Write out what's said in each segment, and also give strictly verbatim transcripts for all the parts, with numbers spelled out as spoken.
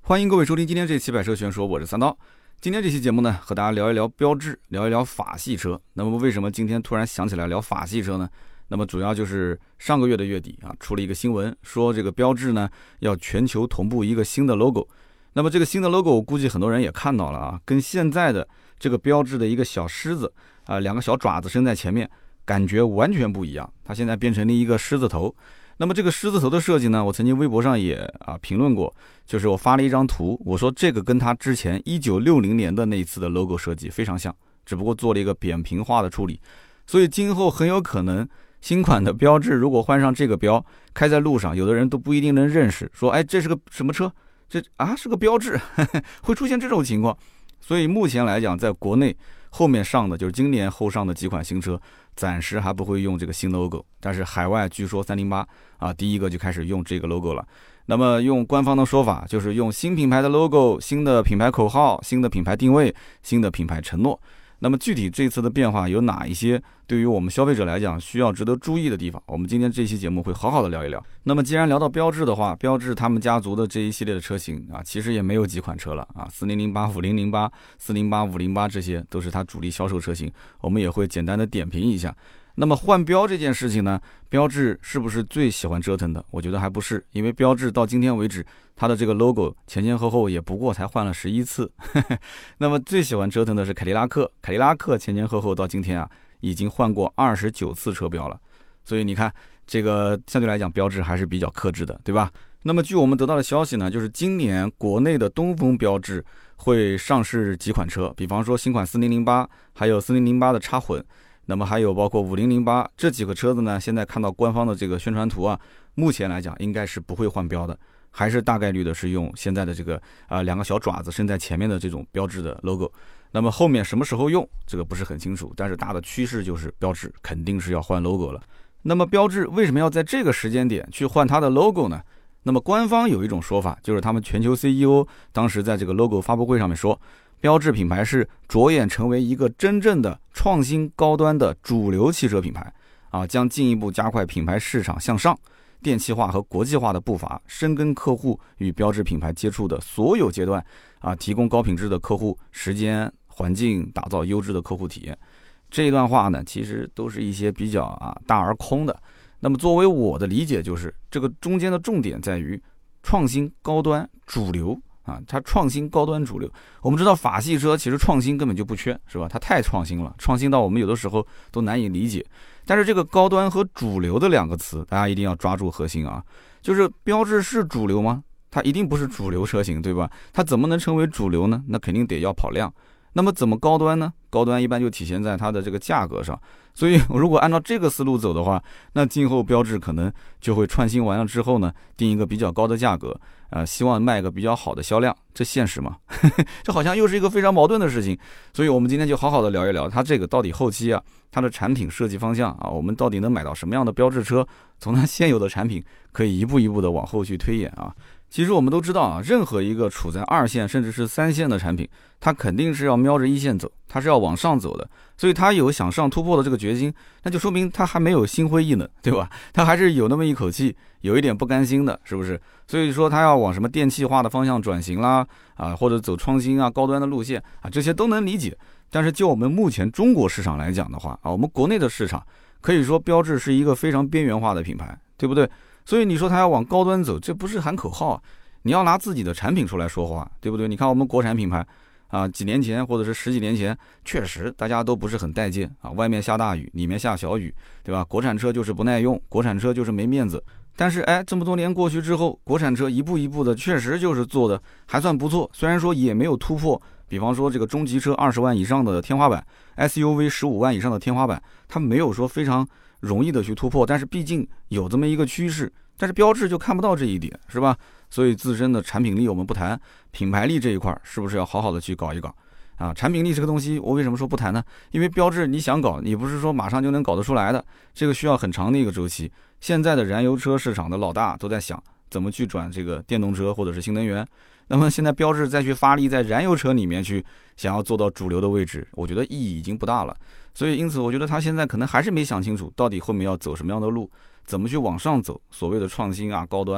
欢迎各位收听今天这期百车全说，我是三刀。今天这期节目呢，和大家聊一聊标致，聊一聊法系车。那么为什么今天突然想起来聊法系车呢？那么主要就是上个月的月底啊，出了一个新闻，说这个标致呢要全球同步一个新的 logo。那么这个新的 logo， 我估计很多人也看到了啊，跟现在的这个标致的一个小狮子啊、呃，两个小爪子伸在前面，感觉完全不一样。它现在变成了一个狮子头。那么这个狮子头的设计呢，我曾经微博上也啊评论过，就是我发了一张图，我说这个跟它之前一九六零年的那一次的 logo 设计非常像，只不过做了一个扁平化的处理。所以今后很有可能新款的标致如果换上这个标，开在路上，有的人都不一定能认识，说哎这是个什么车？这啊是个标致，呵呵，会出现这种情况。所以目前来讲，在国内后面上的就是今年后上的几款新车，暂时还不会用这个新 logo， 但是海外据说三零八啊第一个就开始用这个 logo 了。那么用官方的说法，就是用新品牌的 logo、新的品牌口号、新的品牌定位、新的品牌承诺。那么具体这次的变化有哪一些对于我们消费者来讲需要值得注意的地方，我们今天这期节目会好好的聊一聊。那么既然聊到标致的话，标致他们家族的这一系列的车型啊，其实也没有几款车了啊，四零零八、五零零八、四零八、五零八这些都是它主力销售车型，我们也会简单的点评一下。那么换标这件事情呢，标致是不是最喜欢折腾的？我觉得还不是，因为标致到今天为止，它的这个 logo 前前后后也不过才换了十一次。那么最喜欢折腾的是凯迪拉克，凯迪拉克前前后后到今天啊，已经换过二十九次车标了。所以你看，这个相对来讲，标致还是比较克制的，对吧？那么据我们得到的消息呢，就是今年国内的东风标致会上市几款车，比方说新款四零零八，还有四零零八的插混。那么还有包括五零零八这几个车子呢，现在看到官方的这个宣传图啊，目前来讲应该是不会换标的，还是大概率的是用现在的这个啊、呃、两个小爪子伸在前面的这种标致的 logo。那么后面什么时候用，这个不是很清楚，但是大的趋势就是标致肯定是要换 logo 了。那么标致为什么要在这个时间点去换它的 logo 呢？那么官方有一种说法，就是他们全球 C E O 当时在这个 logo 发布会上面说，标致品牌是着眼成为一个真正的创新高端的主流汽车品牌啊，将进一步加快品牌市场向上、电气化和国际化的步伐，深耕客户与标致品牌接触的所有阶段啊，提供高品质的客户时间环境，打造优质的客户体验。这一段话呢，其实都是一些比较啊大而空的。那么作为我的理解，就是这个中间的重点在于创新、高端、主流。啊，它创新高端主流，我们知道法系车其实创新根本就不缺，是吧？它太创新了，创新到我们有的时候都难以理解。但是这个高端和主流的两个词，大家一定要抓住核心啊！就是标致是主流吗？它一定不是主流车型，对吧？它怎么能成为主流呢？那肯定得要跑量。那么怎么高端呢？高端一般就体现在它的这个价格上。所以如果按照这个思路走的话，那今后标致可能就会创新完了之后呢，定一个比较高的价格，呃，希望卖个比较好的销量，这现实吗？这好像又是一个非常矛盾的事情。所以我们今天就好好的聊一聊它这个到底后期啊，它的产品设计方向啊，我们到底能买到什么样的标致车？从它现有的产品可以一步一步的往后去推演啊。其实我们都知道啊，任何一个处在二线甚至是三线的产品，它肯定是要瞄着一线走，它是要往上走的，所以它有想上突破的这个决心，那就说明它还没有心灰意冷，对吧？它还是有那么一口气，有一点不甘心的，是不是？所以说它要往什么电气化的方向转型啦，啊，或者走创新啊、高端的路线啊，这些都能理解。但是就我们目前中国市场来讲的话啊，我们国内的市场可以说标致是一个非常边缘化的品牌，对不对？所以你说他要往高端走，这不是喊口号啊，你要拿自己的产品出来说话，对不对？你看我们国产品牌啊，几年前或者是十几年前，确实大家都不是很待见啊，外面下大雨，里面下小雨，对吧？国产车就是不耐用，国产车就是没面子。但是哎，这么多年过去之后，国产车一步一步的，确实就是做的还算不错，虽然说也没有突破，比方说这个中级车二十万以上的天花板 ，S U V 十五万以上的天花板，它没有说非常容易的去突破，但是毕竟有这么一个趋势，但是标致就看不到这一点，是吧？所以自身的产品力我们不谈，品牌力这一块是不是要好好的去搞一搞啊？产品力这个东西我为什么说不谈呢？因为标致你想搞，你不是说马上就能搞得出来的，这个需要很长的一个周期。现在的燃油车市场的老大都在想怎么去转这个电动车或者是新能源，那么现在标致再去发力在燃油车里面去想要做到主流的位置，我觉得意义已经不大了。所以因此我觉得他现在可能还是没想清楚到底后面要走什么样的路，怎么去往上走，所谓的创新啊、高端啊、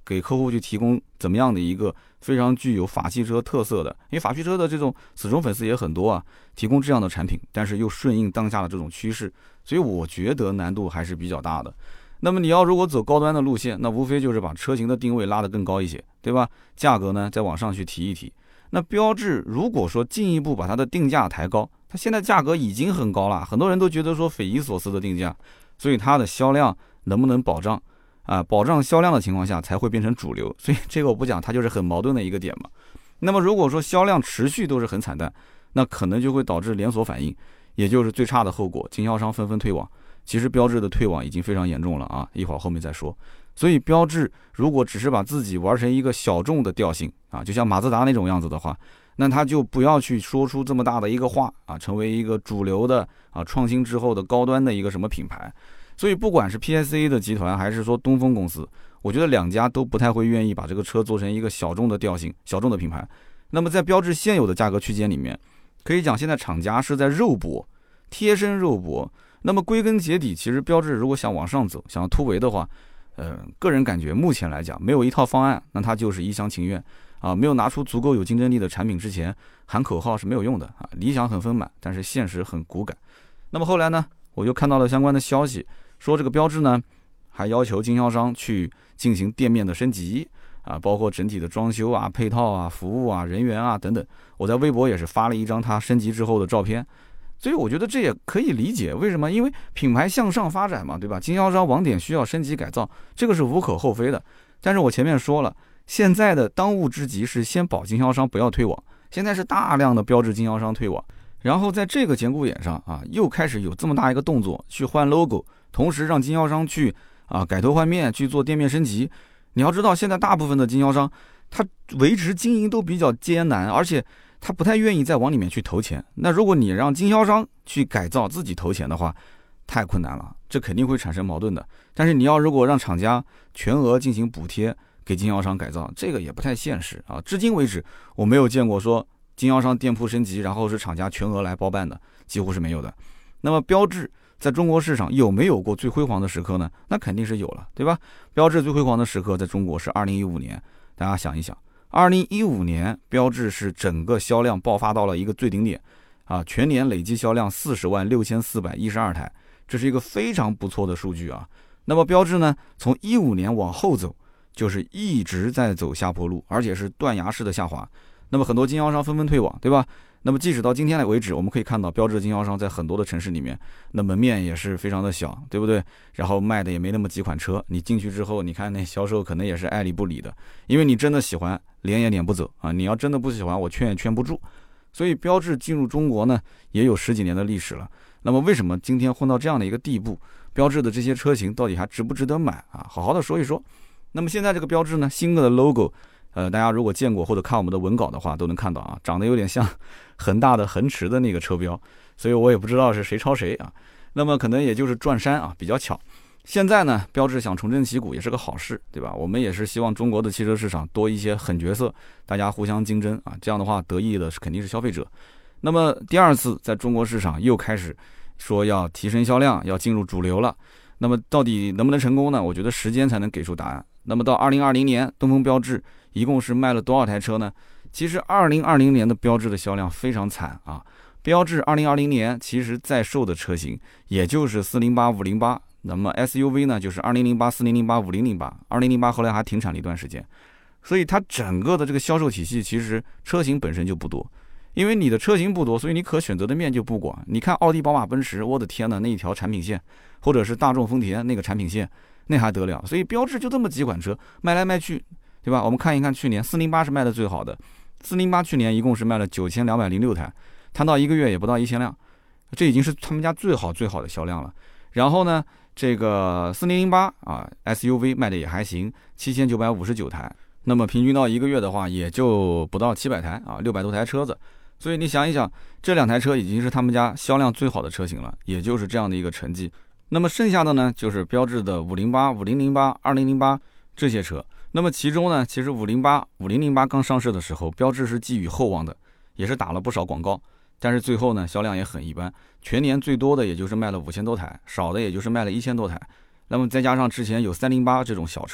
给客户去提供怎么样的一个非常具有法系车特色的，因为法系车的这种死忠粉丝也很多啊，提供这样的产品，但是又顺应当下的这种趋势，所以我觉得难度还是比较大的。那么你要如果走高端的路线，那无非就是把车型的定位拉得更高一些，对吧？价格呢再往上去提一提。那标致如果说进一步把它的定价抬高，它现在价格已经很高了，很多人都觉得说匪夷所思的定价，所以它的销量能不能保障啊？保障销量的情况下才会变成主流，所以这个我不讲，它就是很矛盾的一个点嘛。那么如果说销量持续都是很惨淡，那可能就会导致连锁反应，也就是最差的后果，经销商纷纷退网。其实标致的退网已经非常严重了啊，一会儿后面再说。所以标致如果只是把自己玩成一个小众的调性啊，就像马自达那种样子的话，那他就不要去说出这么大的一个话啊，成为一个主流的啊创新之后的高端的一个什么品牌。所以不管是 P S A 的集团还是说东风公司，我觉得两家都不太会愿意把这个车做成一个小众的调性、小众的品牌。那么在标致现有的价格区间里面，可以讲现在厂家是在肉搏，贴身肉搏。那么归根结底，其实标致如果想往上走，想要突围的话，呃，个人感觉目前来讲没有一套方案，那他就是一厢情愿啊，没有拿出足够有竞争力的产品之前，喊口号是没有用的啊。理想很丰满，但是现实很骨感。那么后来呢，我就看到了相关的消息，说这个标致呢，还要求经销商去进行店面的升级啊，包括整体的装修啊、配套啊、服务啊、人员啊等等。我在微博也是发了一张他升级之后的照片。所以我觉得这也可以理解，为什么？因为品牌向上发展嘛，对吧？经销商网点需要升级改造，这个是无可厚非的。但是我前面说了，现在的当务之急是先保经销商不要退网。现在是大量的标致经销商退网，然后在这个节骨眼上啊，又开始有这么大一个动作去换 logo， 同时让经销商去啊改头换面去做店面升级。你要知道，现在大部分的经销商他维持经营都比较艰难，而且他不太愿意再往里面去投钱。那如果你让经销商去改造自己投钱的话，太困难了，这肯定会产生矛盾的。但是你要如果让厂家全额进行补贴给经销商改造，这个也不太现实啊。至今为止，我没有见过说经销商店铺升级，然后是厂家全额来包办的，几乎是没有的。那么标致在中国市场有没有过最辉煌的时刻呢？那肯定是有了，对吧？标致最辉煌的时刻在中国是二零一五年，大家想一想。二零一五年，标致是整个销量爆发到了一个最顶点，啊，全年累计销量四十万六千四百一十二台，这是一个非常不错的数据啊。那么标致呢，从一五年往后走，就是一直在走下坡路，而且是断崖式的下滑。那么很多经销商纷纷退网，对吧？那么即使到今天为止，我们可以看到标致的经销商在很多的城市里面，那门面也是非常的小，对不对？然后卖的也没那么几款车，你进去之后，你看那销售可能也是爱理不理的，因为你真的喜欢，撵也撵不走啊！你要真的不喜欢，我劝也劝不住。所以标致进入中国呢，也有十几年的历史了。那么为什么今天混到这样的一个地步？标致的这些车型到底还值不值得买啊？好好的说一说。那么现在这个标致呢，新的 logo。呃，大家如果见过或者看我们的文稿的话，都能看到啊，长得有点像恒大的恒驰的那个车标，所以我也不知道是谁抄谁啊。那么可能也就是转山啊，比较巧。现在呢，标致想重振旗鼓也是个好事，对吧？我们也是希望中国的汽车市场多一些狠角色，大家互相竞争啊，这样的话得益的是肯定是消费者。那么第二次在中国市场又开始说要提升销量，要进入主流了。那么到底能不能成功呢？我觉得时间才能给出答案。那么到二零二零年，东风标致一共是卖了多少台车呢？其实二零二零年的标致的销量非常惨啊。标致二零二零年其实在售的车型也就是四零八、五零八，那么 S U V 呢就是二零零八、四零零八、五零零八，二零零八后来还停产了一段时间。所以它整个的这个销售体系其实车型本身就不多，因为你的车型不多，所以你可选择的面就不广。你看奥迪、宝马、奔驰，我的天呐，那一条产品线，或者是大众、丰田那个产品线，那还得了？所以标致就这么几款车卖来卖去，对吧？我们看一看去年四零八是卖的最好的，四零八去年一共是卖了九千两百零六台，谈到一个月也不到一千辆，这已经是他们家最好最好的销量了。然后呢，这个四零零八啊 S U V 卖的也还行，七千九百五十九台，那么平均到一个月的话，也就不到七百台啊，六百多台车子。所以你想一想，这两台车已经是他们家销量最好的车型了，也就是这样的一个成绩。那么剩下的呢，就是标致的五零八、五零零八、二零零八这些车。那么其中呢，其实五零八、五零零八刚上市的时候，标致是寄予厚望的，也是打了不少广告，但是最后呢，销量也很一般，全年最多的也就是卖了五千多台，少的也就是卖了一千多台。那么再加上之前有三零八这种小车，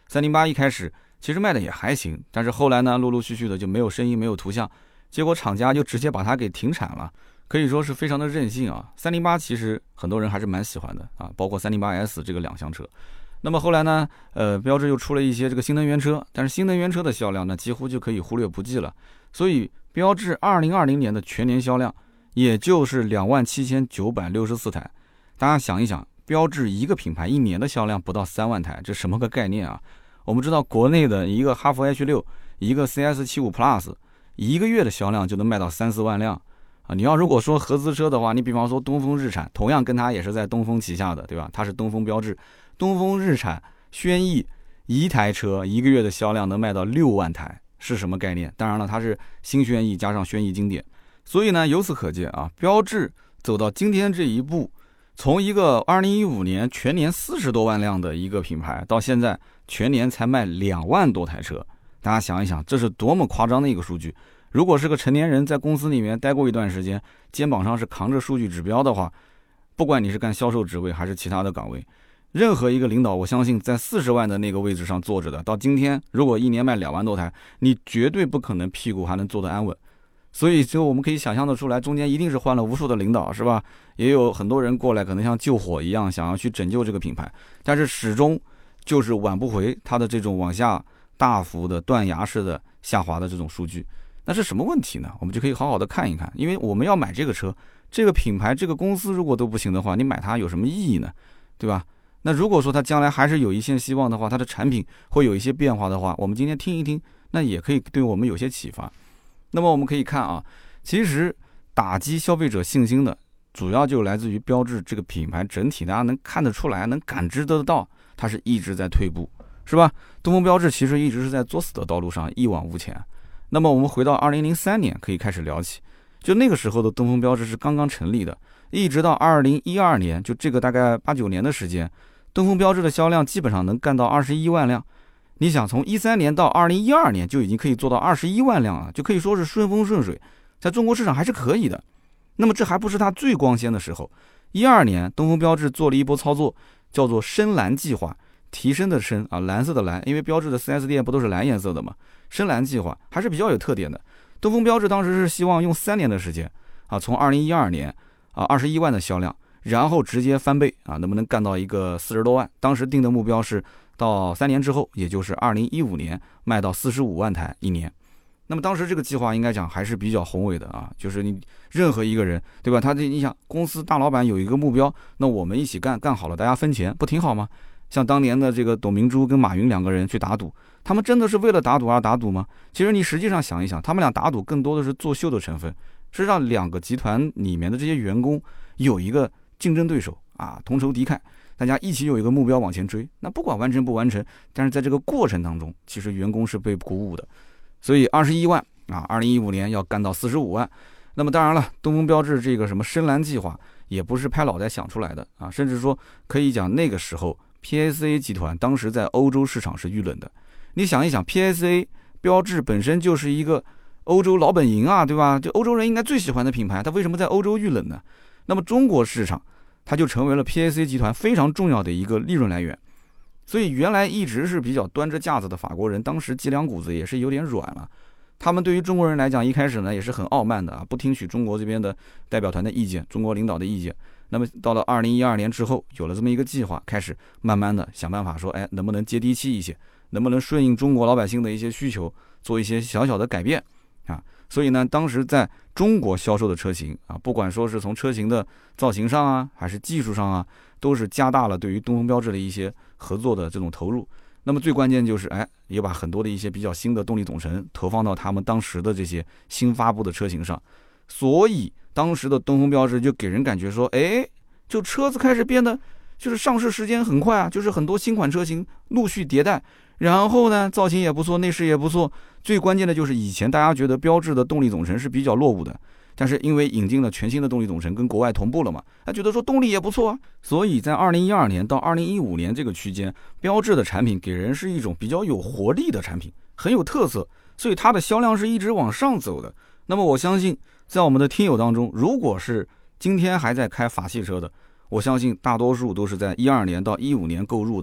三零八一开始其实卖的也还行，但是后来呢，陆陆续续的就没有声音，没有图像，结果厂家就直接把它给停产了，可以说是非常的任性啊。三零八其实很多人还是蛮喜欢的啊，包括三零八 S 这个两厢车。那么后来呢，呃，标致又出了一些这个新能源车，但是新能源车的销量呢，几乎就可以忽略不计了。所以标致二零二零年的全年销量也就是两万七千九百六十四台。大家想一想，标致一个品牌一年的销量不到三万台，这什么个概念啊？我们知道国内的一个哈弗 H 六，一个 C S 七十五 Plus， 一个月的销量就能卖到三四万辆啊！你要如果说合资车的话，你比方说东风日产，同样跟它也是在东风旗下的，对吧？它是东风标致，东风日产、轩逸一台车一个月的销量能卖到六万台，是什么概念？当然了，它是新轩逸加上轩逸经典，所以呢，由此可见啊，标致走到今天这一步，从一个二零一五年全年四十多万辆的一个品牌，到现在全年才卖两万多台车，大家想一想，这是多么夸张的一个数据！如果是个成年人在公司里面待过一段时间，肩膀上是扛着数据指标的话，不管你是干销售职位还是其他的岗位，任何一个领导，我相信在四十万的那个位置上坐着的，到今天如果一年卖两万多台，你绝对不可能屁股还能坐得安稳。所以就我们可以想象得出来，中间一定是换了无数的领导，是吧？也有很多人过来，可能像救火一样，想要去拯救这个品牌，但是始终就是挽不回它的这种往下大幅的断崖式的下滑的这种数据。那是什么问题呢？我们就可以好好的看一看，因为我们要买这个车，这个品牌这个公司如果都不行的话，你买它有什么意义呢？对吧？那如果说它将来还是有一线希望的话，它的产品会有一些变化的话，我们今天听一听，那也可以对我们有些启发。那么我们可以看啊，其实打击消费者信心的主要就来自于标致这个品牌整体，大家能看得出来，能感知得到，它是一直在退步，是吧？东风标致其实一直是在作死的道路上一往无前。那么我们回到二零零三年可以开始聊起，就那个时候的东风标致是刚刚成立的，一直到二零一二年，就这个大概八九年的时间，东风标致的销量基本上能干到二十一万辆。你想从一三年到二零一二年就已经可以做到二十一万辆了，就可以说是顺风顺水，在中国市场还是可以的。那么这还不是它最光鲜的时候，一二年东风标致做了一波操作，叫做深蓝计划，提升的深啊，蓝色的蓝，因为标致的 四 S 店不都是蓝颜色的吗？深蓝计划还是比较有特点的。东风标致当时是希望用三年的时间啊，从二零一二年啊二十一万的销量，然后直接翻倍啊，能不能干到一个四十多万？当时定的目标是到三年之后，也就是二零一五年卖到四十五万台一年。那么当时这个计划应该讲还是比较宏伟的啊，就是你任何一个人，对吧？他这你想公司大老板有一个目标，那我们一起干，干好了大家分钱，不挺好吗？像当年的这个董明珠跟马云两个人去打赌，他们真的是为了打赌而打赌吗？其实你实际上想一想，他们俩打赌更多的是作秀的成分，是让两个集团里面的这些员工有一个竞争对手啊，同仇敌忾，大家一起有一个目标往前追。那不管完成不完成，但是在这个过程当中，其实员工是被鼓舞的。所以二十一万啊，二零一五年要干到四十五万。那么当然了，东风标致这个什么深蓝计划也不是拍脑袋想出来的啊，甚至说可以讲那个时候 P S A 集团当时在欧洲市场是遇冷的。你想一想 P S A 标致本身就是一个欧洲老本营啊，对吧？就欧洲人应该最喜欢的品牌，它为什么在欧洲遇冷呢？那么中国市场它就成为了 P S A 集团非常重要的一个利润来源。所以原来一直是比较端着架子的法国人，当时脊梁骨子也是有点软了。他们对于中国人来讲，一开始呢也是很傲慢的啊，不听取中国这边的代表团的意见，中国领导的意见。那么到了二零一二年之后，有了这么一个计划，开始慢慢的想办法说，哎，能不能接地气一些，能不能顺应中国老百姓的一些需求，做一些小小的改变啊。所以呢，当时在中国销售的车型啊，不管说是从车型的造型上啊，还是技术上啊，都是加大了对于东风标致的一些合作的这种投入。那么最关键就是，哎，也把很多的一些比较新的动力总成投放到他们当时的这些新发布的车型上，所以当时的东风标致就给人感觉说，哎，就车子开始变得就是上市时间很快啊，就是很多新款车型陆续迭代，然后呢，造型也不错，内饰也不错，最关键的就是以前大家觉得标致的动力总成是比较落伍的。但是因为引进了全新的动力总成，跟国外同步了嘛，他觉得说动力也不错啊，所以在二零一二年到二零一五年这个区间，标致的产品给人是一种比较有活力的产品，很有特色，所以它的销量是一直往上走的。那么我相信，在我们的听友当中，如果是今天还在开法系车的，我相信大多数都是在一二年到一五年购入的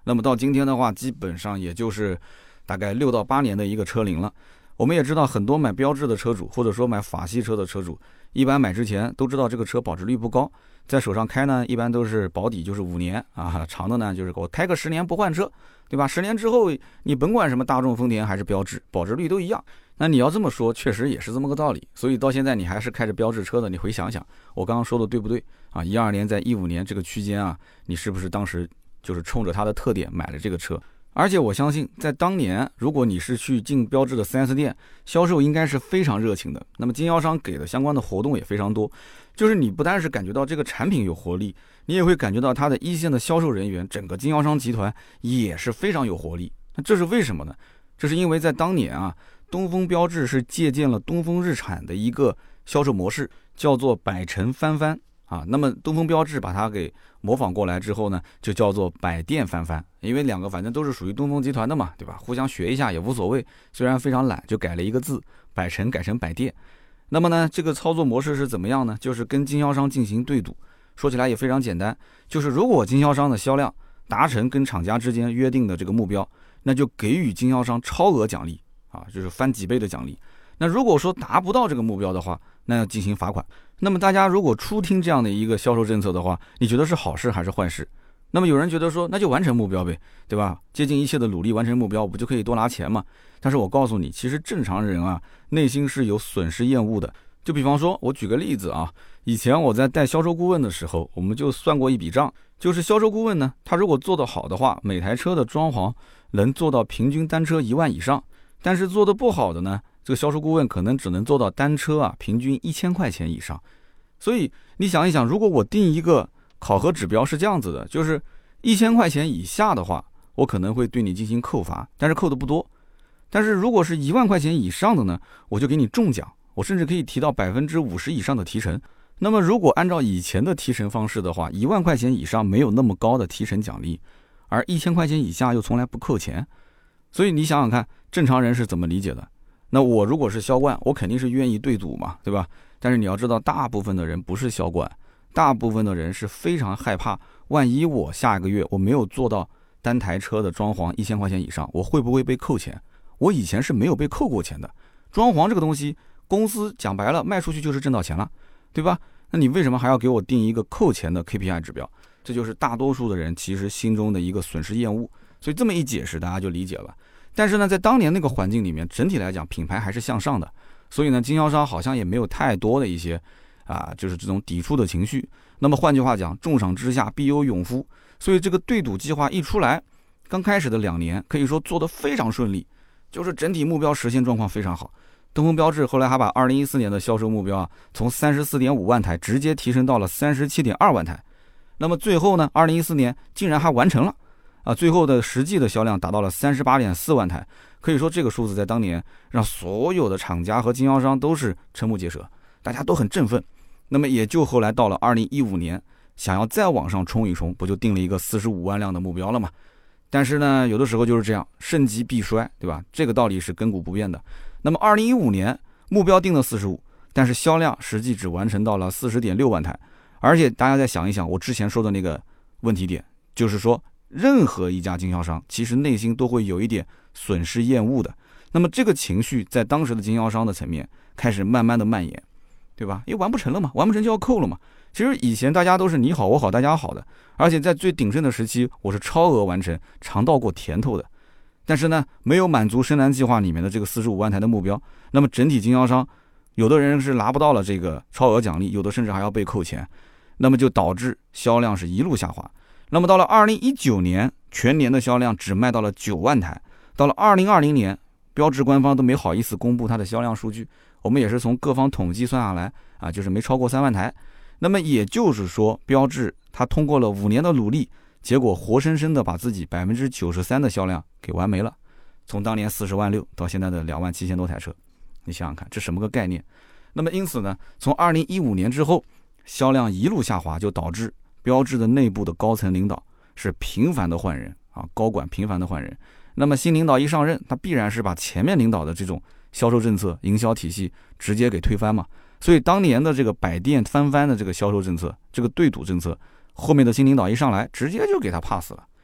那么到今天的话，基本上也就是大概六到八年的一个车龄了。我们也知道很多买标致的车主，或者说买法系车的车主，一般买之前都知道这个车保值率不高，在手上开呢，一般都是保底就是五年啊，长的呢就是我开个十年不换车，对吧？十年之后你甭管什么大众、丰田还是标致，保值率都一样。那你要这么说，确实也是这么个道理。所以到现在你还是开着标致车的，你回想想我刚刚说的对不对啊？一二年在一五年这个区间啊，你是不是当时就是冲着它的特点买了这个车？而且我相信在当年，如果你是去进标致的 四 S 店，销售应该是非常热情的。那么经销商给的相关的活动也非常多，就是你不但是感觉到这个产品有活力，你也会感觉到它的一线的销售人员，整个经销商集团也是非常有活力。那这是为什么呢？这是因为在当年啊，东风标致是借鉴了东风日产的一个销售模式，叫做百城翻番啊。那么东风标致把它给模仿过来之后呢，就叫做百店翻番，因为两个反正都是属于东风集团的嘛，对吧？互相学一下也无所谓，虽然非常懒，就改了一个字，百城改成百店。那么呢，这个操作模式是怎么样呢？就是跟经销商进行对赌，说起来也非常简单，就是如果经销商的销量达成跟厂家之间约定的这个目标，那就给予经销商超额奖励啊，就是翻几倍的奖励。那如果说达不到这个目标的话，那要进行罚款。那么大家如果初听这样的一个销售政策的话，你觉得是好事还是坏事？那么有人觉得说，那就完成目标呗，对吧？竭尽一切的努力完成目标，不就可以多拿钱吗？但是我告诉你，其实正常人啊，内心是有损失厌恶的。就比方说，我举个例子啊，以前我在带销售顾问的时候，我们就算过一笔账，就是销售顾问呢，他如果做得好的话，每台车的装潢能做到平均单车一万以上，但是做得不好的呢，这个销售顾问可能只能做到单车啊平均一千块钱以上。所以你想一想，如果我定一个考核指标是这样子的，就是一千块钱以下的话，我可能会对你进行扣罚，但是扣的不多。但是如果是一万块钱以上的呢，我就给你中奖，我甚至可以提到百分之五十以上的提成。那么如果按照以前的提成方式的话，一万块钱以上没有那么高的提成奖励，而一千块钱以下又从来不扣钱。所以你想想看，正常人是怎么理解的？那我如果是销冠，我肯定是愿意对赌嘛，对吧？但是你要知道，大部分的人不是销冠，大部分的人是非常害怕，万一我下个月我没有做到单台车的装潢一千块钱以上，我会不会被扣钱？我以前是没有被扣过钱的。装潢这个东西，公司讲白了卖出去就是挣到钱了，对吧？那你为什么还要给我定一个扣钱的 K P I 指标？这就是大多数的人其实心中的一个损失厌恶。所以这么一解释，大家就理解了。但是呢，在当年那个环境里面，整体来讲品牌还是向上的，所以呢，经销商好像也没有太多的一些啊，就是这种抵触的情绪。那么换句话讲，重赏之下必有勇夫，所以这个对赌计划一出来，刚开始的两年可以说做得非常顺利，就是整体目标实现状况非常好。东风标致后来还把二零一四年的销售目标啊，从 三十四点五万台直接提升到了 三十七点二万台。那么最后呢，二零一四年竟然还完成了啊！最后的实际的销量达到了 三十八点四万台，可以说这个数字在当年让所有的厂家和经销商都是瞠目结舌，大家都很振奋。那么也就后来到了二零一五年，想要再往上冲一冲，不就定了一个四十五万辆的目标了吗？但是呢，有的时候就是这样，盛极必衰，对吧？这个道理是亘古不变的。那么二零一五年目标定了四十五，但是销量实际只完成到了 四十点六万台。而且大家再想一想，我之前说的那个问题点，就是说任何一家经销商其实内心都会有一点损失厌恶的。那么这个情绪在当时的经销商的层面开始慢慢的蔓延，对吧？因为完不成了嘛，完不成就要扣了嘛。其实以前大家都是你好我好大家好的，而且在最鼎盛的时期，我是超额完成，尝到过甜头的。但是呢，没有满足深蓝计划里面的这个四十五万台的目标，那么整体经销商有的人是拿不到了这个超额奖励，有的甚至还要被扣钱，那么就导致销量是一路下滑。那么到了二零一九年，全年的销量只卖到了九万台。到了二零二零年，标致官方都没好意思公布它的销量数据，我们也是从各方统计算下来啊，就是没超过三万台。那么也就是说，标致它通过了五年的努力，结果活生生的把自己 百分之九十三 的销量给完没了。从当年四十万六到现在的两万七千多台车，你想想看，这什么个概念？那么因此呢，从二零一五年之后，销量一路下滑，就导致标致的内部的高层领导是频繁的换人啊，高管频繁的换人。那么新领导一上任，他必然是把前面领导的这种销售政策、营销体系直接给推翻嘛。所以当年的这个百店翻番的这个销售政策，这个对赌政策，后面的新领导一上来，直接就给他 pass 了。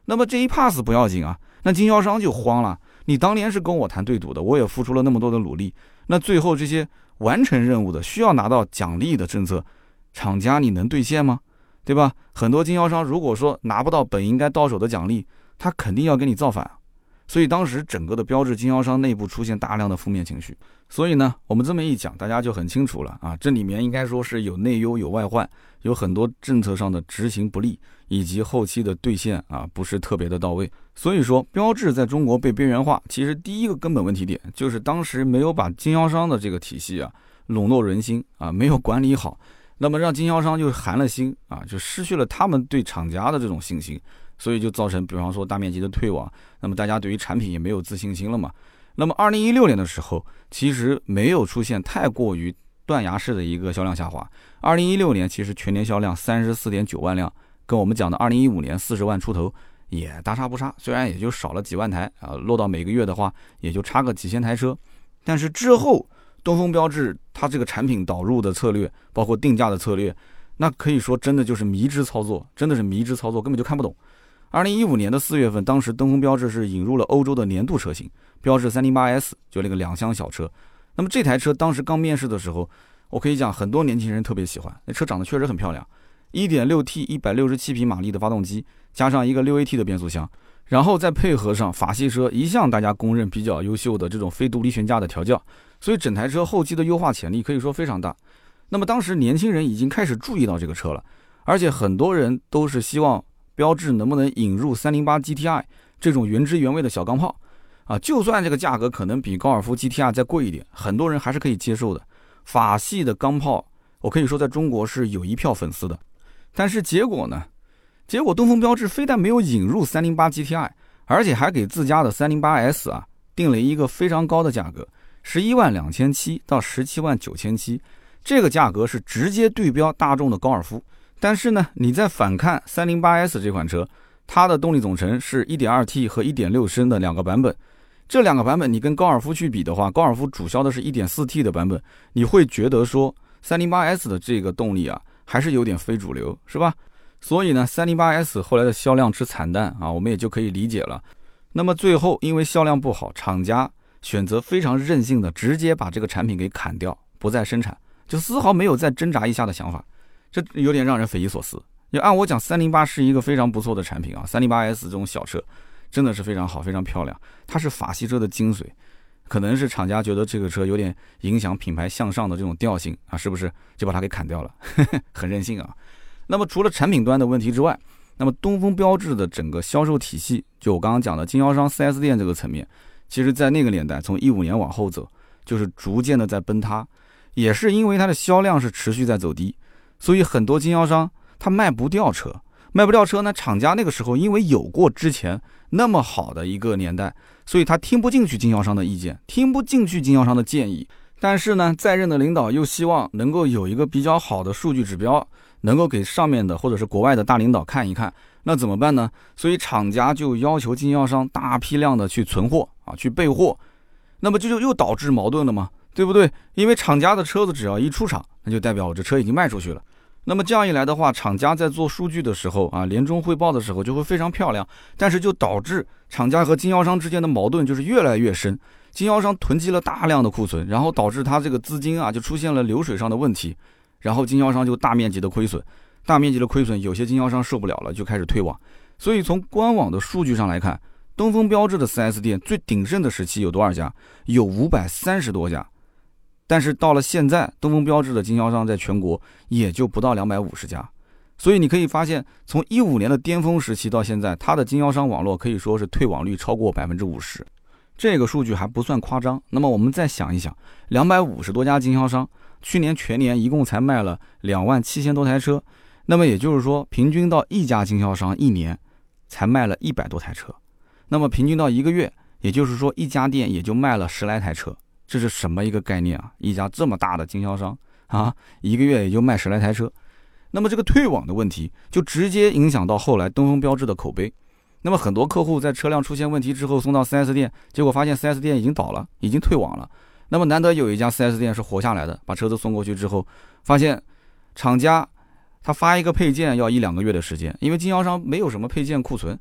那么这一 pass 不要紧啊，那经销商就慌了。你当年是跟我谈对赌的，我也付出了那么多的努力，那最后这些完成任务的需要拿到奖励的政策，厂家你能兑现吗？对吧？很多经销商如果说拿不到本应该到手的奖励，他肯定要跟你造反。所以当时整个的标致经销商内部出现大量的负面情绪。所以呢，我们这么一讲，大家就很清楚了啊，这里面应该说是有内忧有外患，有很多政策上的执行不力，以及后期的兑现啊不是特别的到位。所以说标致在中国被边缘化，其实第一个根本问题点就是当时没有把经销商的这个体系啊笼络人心啊，没有管理好，那么让经销商就寒了心啊，就失去了他们对厂家的这种信心，所以就造成比方说大面积的退网，那么大家对于产品也没有自信心了嘛。那么二零一六年的时候，其实没有出现太过于断崖式的一个销量下滑。二零一六年其实全年销量三十四点九万辆，跟我们讲的二零一五年四十万出头也大差不差，虽然也就少了几万台啊，落到每个月的话也就差个几千台车。但是之后东风标致它这个产品导入的策略，包括定价的策略，那可以说真的就是迷之操作，真的是迷之操作，根本就看不懂。二零一五年的四月份，当时东风标致是引入了欧洲的年度车型标致 三零八 S， 就那个两厢小车。那么这台车当时刚面世的时候，我可以讲很多年轻人特别喜欢，那车长得确实很漂亮， 一点六 T 一百六十七匹马力的发动机，加上一个 六 A T 的变速箱，然后再配合上法系车一向大家公认比较优秀的这种非独立悬架的调教，所以整台车后期的优化潜力可以说非常大。那么当时年轻人已经开始注意到这个车了，而且很多人都是希望标致能不能引入 三零八 G T I 这种原汁原味的小钢炮啊，就算这个价格可能比高尔夫 G T I 再贵一点，很多人还是可以接受的。法系的钢炮我可以说在中国是有一票粉丝的。但是结果呢，结果东风标致非但没有引入 三零八 G T I， 而且还给自家的 三零八 S 啊定了一个非常高的价格，十一万两千七到十七万九千七，这个价格是直接对标大众的高尔夫。但是呢，你再反看 三零八 S 这款车，它的动力总成是 一点二 T 和 一点六 升的两个版本。这两个版本你跟高尔夫去比的话，高尔夫主销的是 一点四 T 的版本，你会觉得说 三零八 S 的这个动力啊还是有点非主流，是吧？所以呢 三零八 S 后来的销量之惨淡啊，我们也就可以理解了。那么最后因为销量不好，厂家选择非常任性的直接把这个产品给砍掉，不再生产，就丝毫没有再挣扎一下的想法，这有点让人匪夷所思。要按我讲 三零八 是一个非常不错的产品啊 ,三零八 S 这种小车真的是非常好，非常漂亮，它是法系车的精髓。可能是厂家觉得这个车有点影响品牌向上的这种调性啊，是不是就把它给砍掉了很任性啊。那么除了产品端的问题之外，那么东风标致的整个销售体系，就我刚刚讲的经销商 四 S 店这个层面，其实在那个年代从一五年往后走就是逐渐的在崩塌，也是因为它的销量是持续在走低，所以很多经销商他卖不掉车，卖不掉车呢，厂家那个时候因为有过之前那么好的一个年代，所以他听不进去经销商的意见，听不进去经销商的建议。但是呢，在任的领导又希望能够有一个比较好的数据指标，能够给上面的或者是国外的大领导看一看，那怎么办呢？所以厂家就要求经销商大批量的去存货啊，去备货。那么这就又导致矛盾了嘛，对不对？因为厂家的车子只要一出厂，那就代表我这车已经卖出去了。那么这样一来的话，厂家在做数据的时候啊，年终汇报的时候就会非常漂亮，但是就导致厂家和经销商之间的矛盾就是越来越深。经销商囤积了大量的库存，然后导致他这个资金啊就出现了流水上的问题，然后经销商就大面积的亏损，大面积的亏损，有些经销商受不了了，就开始退网。所以从官网的数据上来看，东风标致的 四 S 店最鼎盛的时期有多少家？有五百三十多家。但是到了现在，东风标致的经销商在全国也就不到两百五十家。所以你可以发现，从一五年的巅峰时期到现在，它的经销商网络可以说是退网率超过 百分之五十， 这个数据还不算夸张。那么我们再想一想，两百五十多家经销商去年全年一共才卖了两万七千多台车，那么也就是说平均到一家经销商一年才卖了一百多台车，那么平均到一个月，也就是说一家店也就卖了十来台车。这是什么一个概念啊？一家这么大的经销商啊，一个月也就卖十来台车。那么这个退网的问题就直接影响到后来东风标致的口碑。那么很多客户在车辆出现问题之后送到 四 S 店，结果发现 四 S 店已经倒了，已经退网了。那么难得有一家 四 S 店是活下来的，把车子送过去之后，发现厂家他发一个配件要一两个月的时间，因为经销商没有什么配件库存，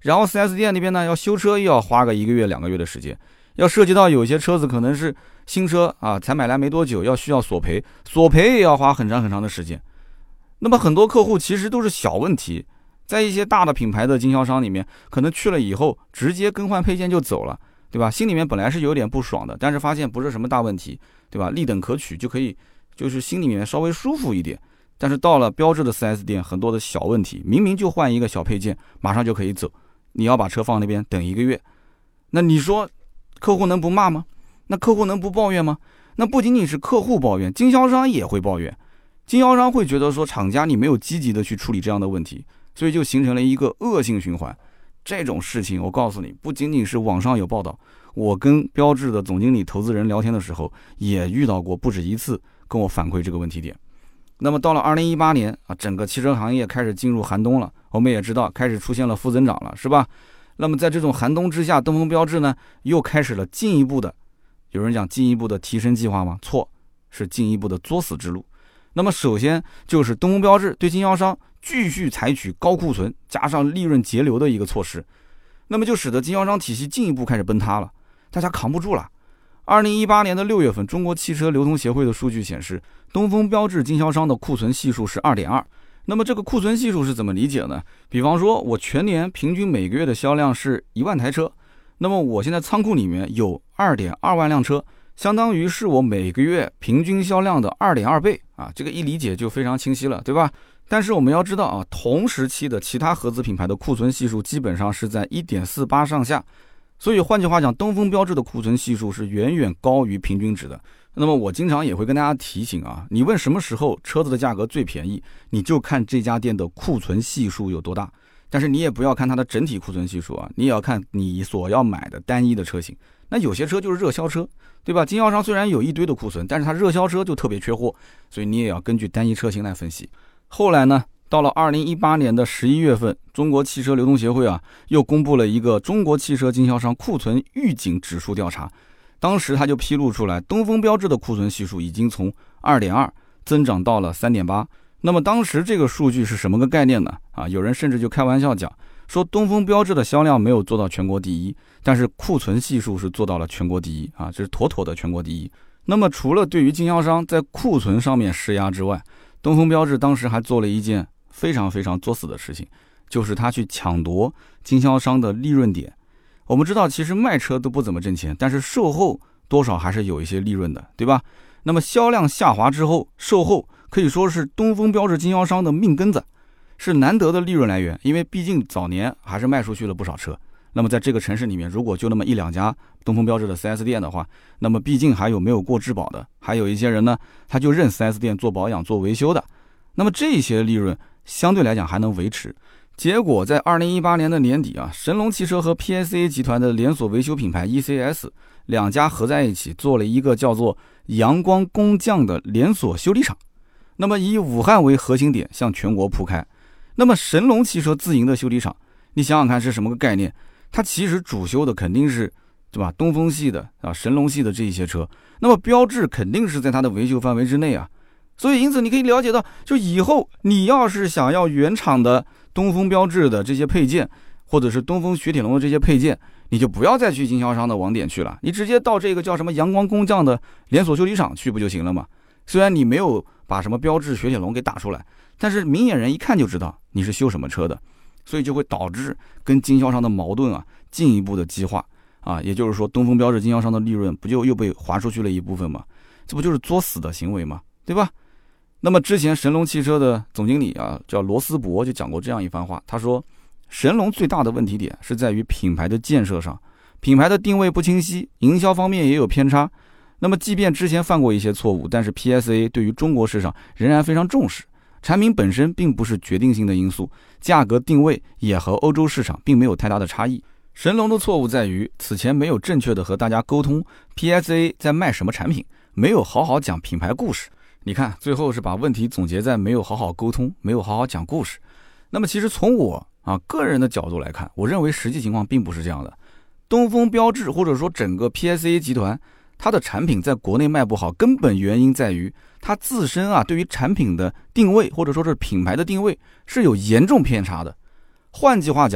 然后 四 S 店那边呢要修车又要花个一个月两个月的时间，要涉及到有些车子可能是新车啊，才买来没多久，要需要索赔，索赔也要花很长很长的时间。那么很多客户其实都是小问题，在一些大的品牌的经销商里面，可能去了以后直接更换配件就走了，对吧？心里面本来是有点不爽的，但是发现不是什么大问题，对吧？立等可取就可以，就是心里面稍微舒服一点。但是到了标致的 四 S 店，很多的小问题，明明就换一个小配件，马上就可以走，你要把车放那边等一个月，那你说客户能不骂吗？那客户能不抱怨吗？那不仅仅是客户抱怨，经销商也会抱怨。经销商会觉得说厂家你没有积极的去处理这样的问题，所以就形成了一个恶性循环。这种事情我告诉你，不仅仅是网上有报道，我跟标致的总经理投资人聊天的时候也遇到过不止一次跟我反馈这个问题点。那么到了二零一八年啊，整个汽车行业开始进入寒冬了，我们也知道开始出现了负增长了，是吧？那么在这种寒冬之下，东风标致呢又开始了进一步的，有人讲进一步的提升计划吗？错，是进一步的作死之路。那么首先就是东风标致对经销商继续采取高库存加上利润节流的一个措施，那么就使得经销商体系进一步开始崩塌了，大家扛不住了。二零一八年的六月份，中国汽车流通协会的数据显示，东风标致经销商的库存系数是 二点二。那么这个库存系数是怎么理解呢？比方说我全年平均每个月的销量是一万台车，那么我现在仓库里面有 二点二万辆车，相当于是我每个月平均销量的 二点二倍啊，这个一理解就非常清晰了，对吧？但是我们要知道啊，同时期的其他合资品牌的库存系数基本上是在 一点四八 上下，所以换句话讲，东风标致的库存系数是远远高于平均值的。那么我经常也会跟大家提醒啊，你问什么时候车子的价格最便宜，你就看这家店的库存系数有多大。但是你也不要看它的整体库存系数啊，你也要看你所要买的单一的车型。那有些车就是热销车，对吧？经销商虽然有一堆的库存，但是它热销车就特别缺货，所以你也要根据单一车型来分析。后来呢，到了二零一八年的十一月份，中国汽车流通协会啊又公布了一个中国汽车经销商库存预警指数调查。当时他就披露出来，东风标致的库存系数已经从 二点二 增长到了 三点八。那么当时这个数据是什么个概念呢？啊，有人甚至就开玩笑讲说，东风标致的销量没有做到全国第一，但是库存系数是做到了全国第一啊，这是妥妥的全国第一。那么除了对于经销商在库存上面施压之外，东风标致当时还做了一件非常非常作死的事情，就是他去抢夺经销商的利润点。我们知道其实卖车都不怎么挣钱，但是售后多少还是有一些利润的，对吧？那么销量下滑之后，售后可以说是东风标致经销商的命根子，是难得的利润来源，因为毕竟早年还是卖出去了不少车。那么在这个城市里面，如果就那么一两家东风标致的 四 S 店的话，那么毕竟还有没有过质保的，还有一些人呢，他就认 四 S 店做保养做维修的，那么这些利润相对来讲还能维持。结果在二零一八年的年底啊，神龙汽车和 P S A 集团的连锁维修品牌 E C S 两家合在一起做了一个叫做阳光工匠的连锁修理厂，那么以武汉为核心点向全国铺开。那么神龙汽车自营的修理厂，你想想看是什么个概念？它其实主修的肯定是，对吧？东风系的啊，神龙系的这一些车，那么标致肯定是在它的维修范围之内啊。所以因此你可以了解到，就以后你要是想要原厂的东风标致的这些配件，或者是东风雪铁龙的这些配件，你就不要再去经销商的网点去了，你直接到这个叫什么阳光工匠的连锁修理厂去不就行了吗？虽然你没有把什么标致雪铁龙给打出来，但是明眼人一看就知道你是修什么车的，所以就会导致跟经销商的矛盾啊进一步的激化啊，也就是说东风标致经销商的利润不就又被划出去了一部分吗？这不就是作死的行为吗？对吧？那么之前神龙汽车的总经理啊，叫罗斯伯就讲过这样一番话，他说神龙最大的问题点是在于品牌的建设上，品牌的定位不清晰，营销方面也有偏差。那么即便之前犯过一些错误，但是 P S A 对于中国市场仍然非常重视，产品本身并不是决定性的因素，价格定位也和欧洲市场并没有太大的差异。神龙的错误在于此前没有正确的和大家沟通 P S A 在卖什么产品，没有好好讲品牌故事。你看最后是把问题总结在没有好好沟通，没有好好讲故事。那么其实从我啊个人的角度来看，我认为实际情况并不是这样的。东风标致或者说整个 P S A 集团，它的产品在国内卖不好，根本原因在于它自身啊对于产品的定位或者说是品牌的定位是有严重偏差的。换句话讲，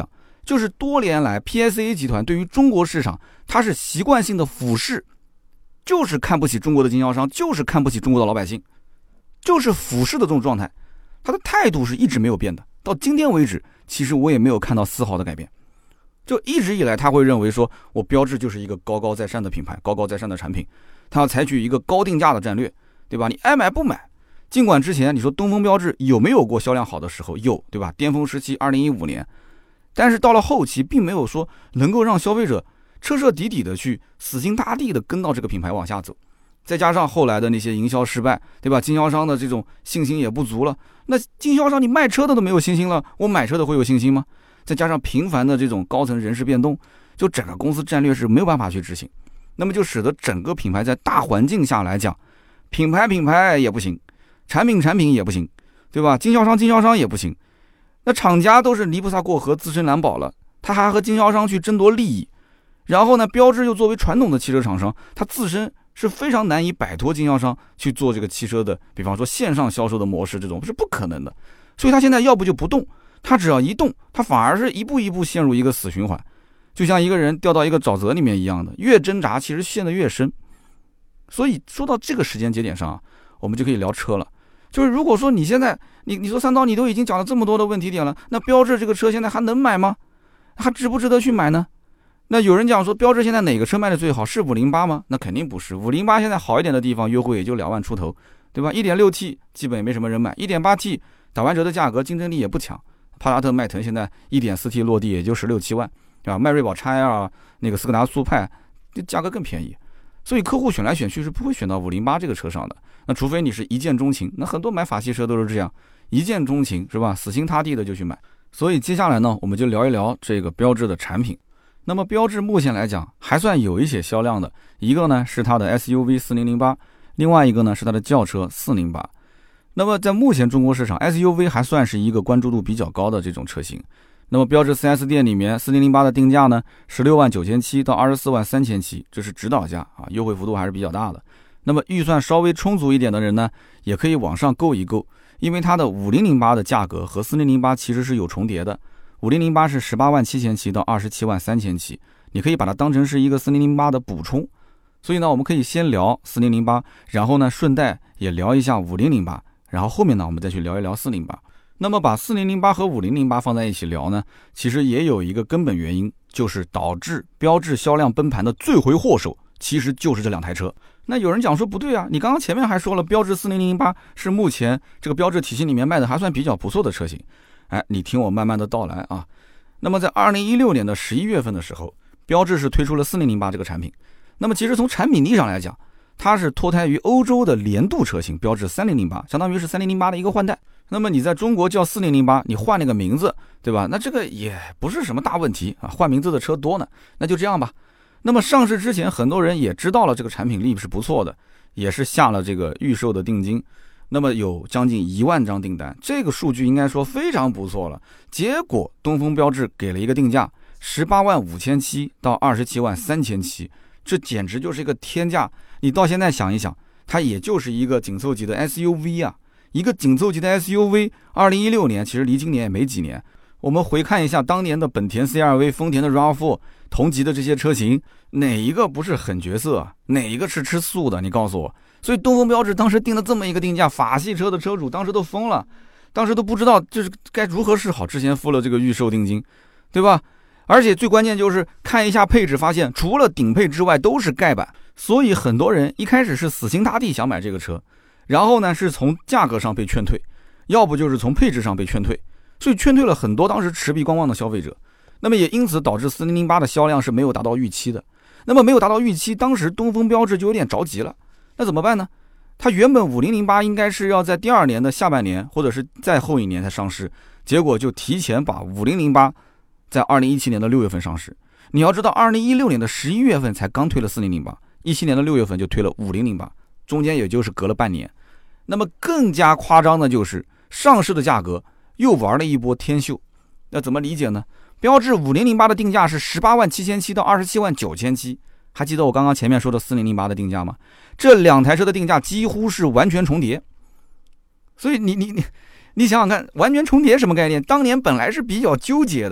就是多年来 P S A 集团对于中国市场，它是习惯性的俯视，就是看不起中国的经销商，就是看不起中国的老百姓，就是俯视的这种状态，他的态度是一直没有变的。到今天为止，其实我也没有看到丝毫的改变。就一直以来，他会认为说，我标致就是一个高高在上的品牌，高高在上的产品，他要采取一个高定价的战略，对吧？你爱买不买。尽管之前你说东风标致有没有过销量好的时候，有，对吧？巅峰时期二零一五年，但是到了后期，并没有说能够让消费者彻彻底底的去死心塌地的跟到这个品牌往下走。再加上后来的那些营销失败，对吧？经销商的这种信心也不足了。那经销商你卖车的都没有信心了，我买车的会有信心吗？再加上频繁的这种高层人事变动，就整个公司战略是没有办法去执行，那么就使得整个品牌在大环境下来讲，品牌品牌也不行，产品产品也不行，对吧？经销商经销商也不行，那厂家都是泥菩萨过河，自身难保了，他还和经销商去争夺利益。然后呢，标致又作为传统的汽车厂商，它自身是非常难以摆脱经销商去做这个汽车的，比方说线上销售的模式，这种是不可能的。所以他现在要不就不动，他只要一动，他反而是一步一步陷入一个死循环，就像一个人掉到一个沼泽里面一样的，越挣扎其实陷得越深。所以说到这个时间节点上啊，我们就可以聊车了。就是如果说你现在你你说三刀，你都已经讲了这么多的问题点了，那标致这个车现在还能买吗？还值不值得去买呢？那有人讲说标致现在哪个车卖的最好？是五零八吗？那肯定不是。五零八现在好一点的地方优惠也就两万出头，对吧？ 一点六 T 基本也没什么人买， 一点八 T 打完折的价格竞争力也不强。帕萨特、迈腾现在 一点四 T 落地也就十六七万，对吧？迈锐宝 X L 啊，那个斯柯达速派这价格更便宜。所以客户选来选去是不会选到五零八这个车上的。那除非你是一见钟情，那很多买法系车都是这样，一见钟情是吧？死心塌地的就去买。所以接下来呢，我们就聊一聊这个标致的产品。那么标致目前来讲还算有一些销量的，一个呢是它的 S U V 四零零八，另外一个呢是它的轿车四零八。那么在目前中国市场 S U V 还算是一个关注度比较高的这种车型。那么标致 四 S 店里面四零零八的定价呢十六万九千七到二十四万三千七，这是指导价啊，优惠幅度还是比较大的。那么预算稍微充足一点的人呢，也可以往上购一购，因为它的五零零八的价格和四零零八其实是有重叠的。五零零八是十八万七千七到二十七万三千七，你可以把它当成是一个四零零八的补充。所以呢，我们可以先聊四零零八，然后呢顺带也聊一下五零零八，然后后面呢我们再去聊一聊四零八。那么把四零零八和五零零八放在一起聊呢，其实也有一个根本原因，就是导致标致销量崩盘的罪魁祸首其实就是这两台车。那有人讲说不对啊，你刚刚前面还说了标致四零零八是目前这个标致体系里面卖的还算比较不错的车型。哎，你听我慢慢的道来啊。那么在二零一六年的十一月份的时候，标致是推出了四零零八这个产品。那么其实从产品力上来讲，它是脱胎于欧洲的年度车型标致三零零八，相当于是三零零八的一个换代。那么你在中国叫四零零八，你换那个名字，对吧？那这个也不是什么大问题啊，换名字的车多呢，那就这样吧。那么上市之前，很多人也知道了这个产品力是不错的，也是下了这个预售的定金。那么有将近一万张订单，这个数据应该说非常不错了。结果东风标致给了一个定价十八万五千七到二十七万三千七，这简直就是一个天价。你到现在想一想，它也就是一个紧凑级的 S U V 啊，一个紧凑级的 S U V。二零一六年其实离今年也没几年，我们回看一下当年的本田 C R V、丰田的 R A V 四 同级的这些车型，哪一个不是狠角色啊？哪一个是吃素的？你告诉我。所以东风标致当时定了这么一个定价，法系车的车主当时都疯了，当时都不知道就是该如何是好，之前付了这个预售定金，对吧？而且最关键就是看一下配置，发现除了顶配之外都是盖板，所以很多人一开始是死心塌地想买这个车，然后呢是从价格上被劝退，要不就是从配置上被劝退，所以劝退了很多当时持币观望的消费者。那么也因此导致四零零八的销量是没有达到预期的。那么没有达到预期，当时东风标致就有点着急了。那怎么办呢？它原本五零零八应该是要在第二年的下半年或者是再后一年才上市，结果就提前把五零零八在二零一七年的六月份上市。你要知道二零一六年的十一月份才刚推了四零零八，一七年的六月份就推了五零零八，中间也就是隔了半年。那么更加夸张的就是上市的价格又玩了一波天秀。那怎么理解呢？标致五零零八的定价是十八万七千七到二十七万九千七，还记得我刚刚前面说的四零零八的定价吗？这两台车的定价几乎是完全重叠。所以你你你你想想看，完全重叠什么概念？当年本来是比较纠结的，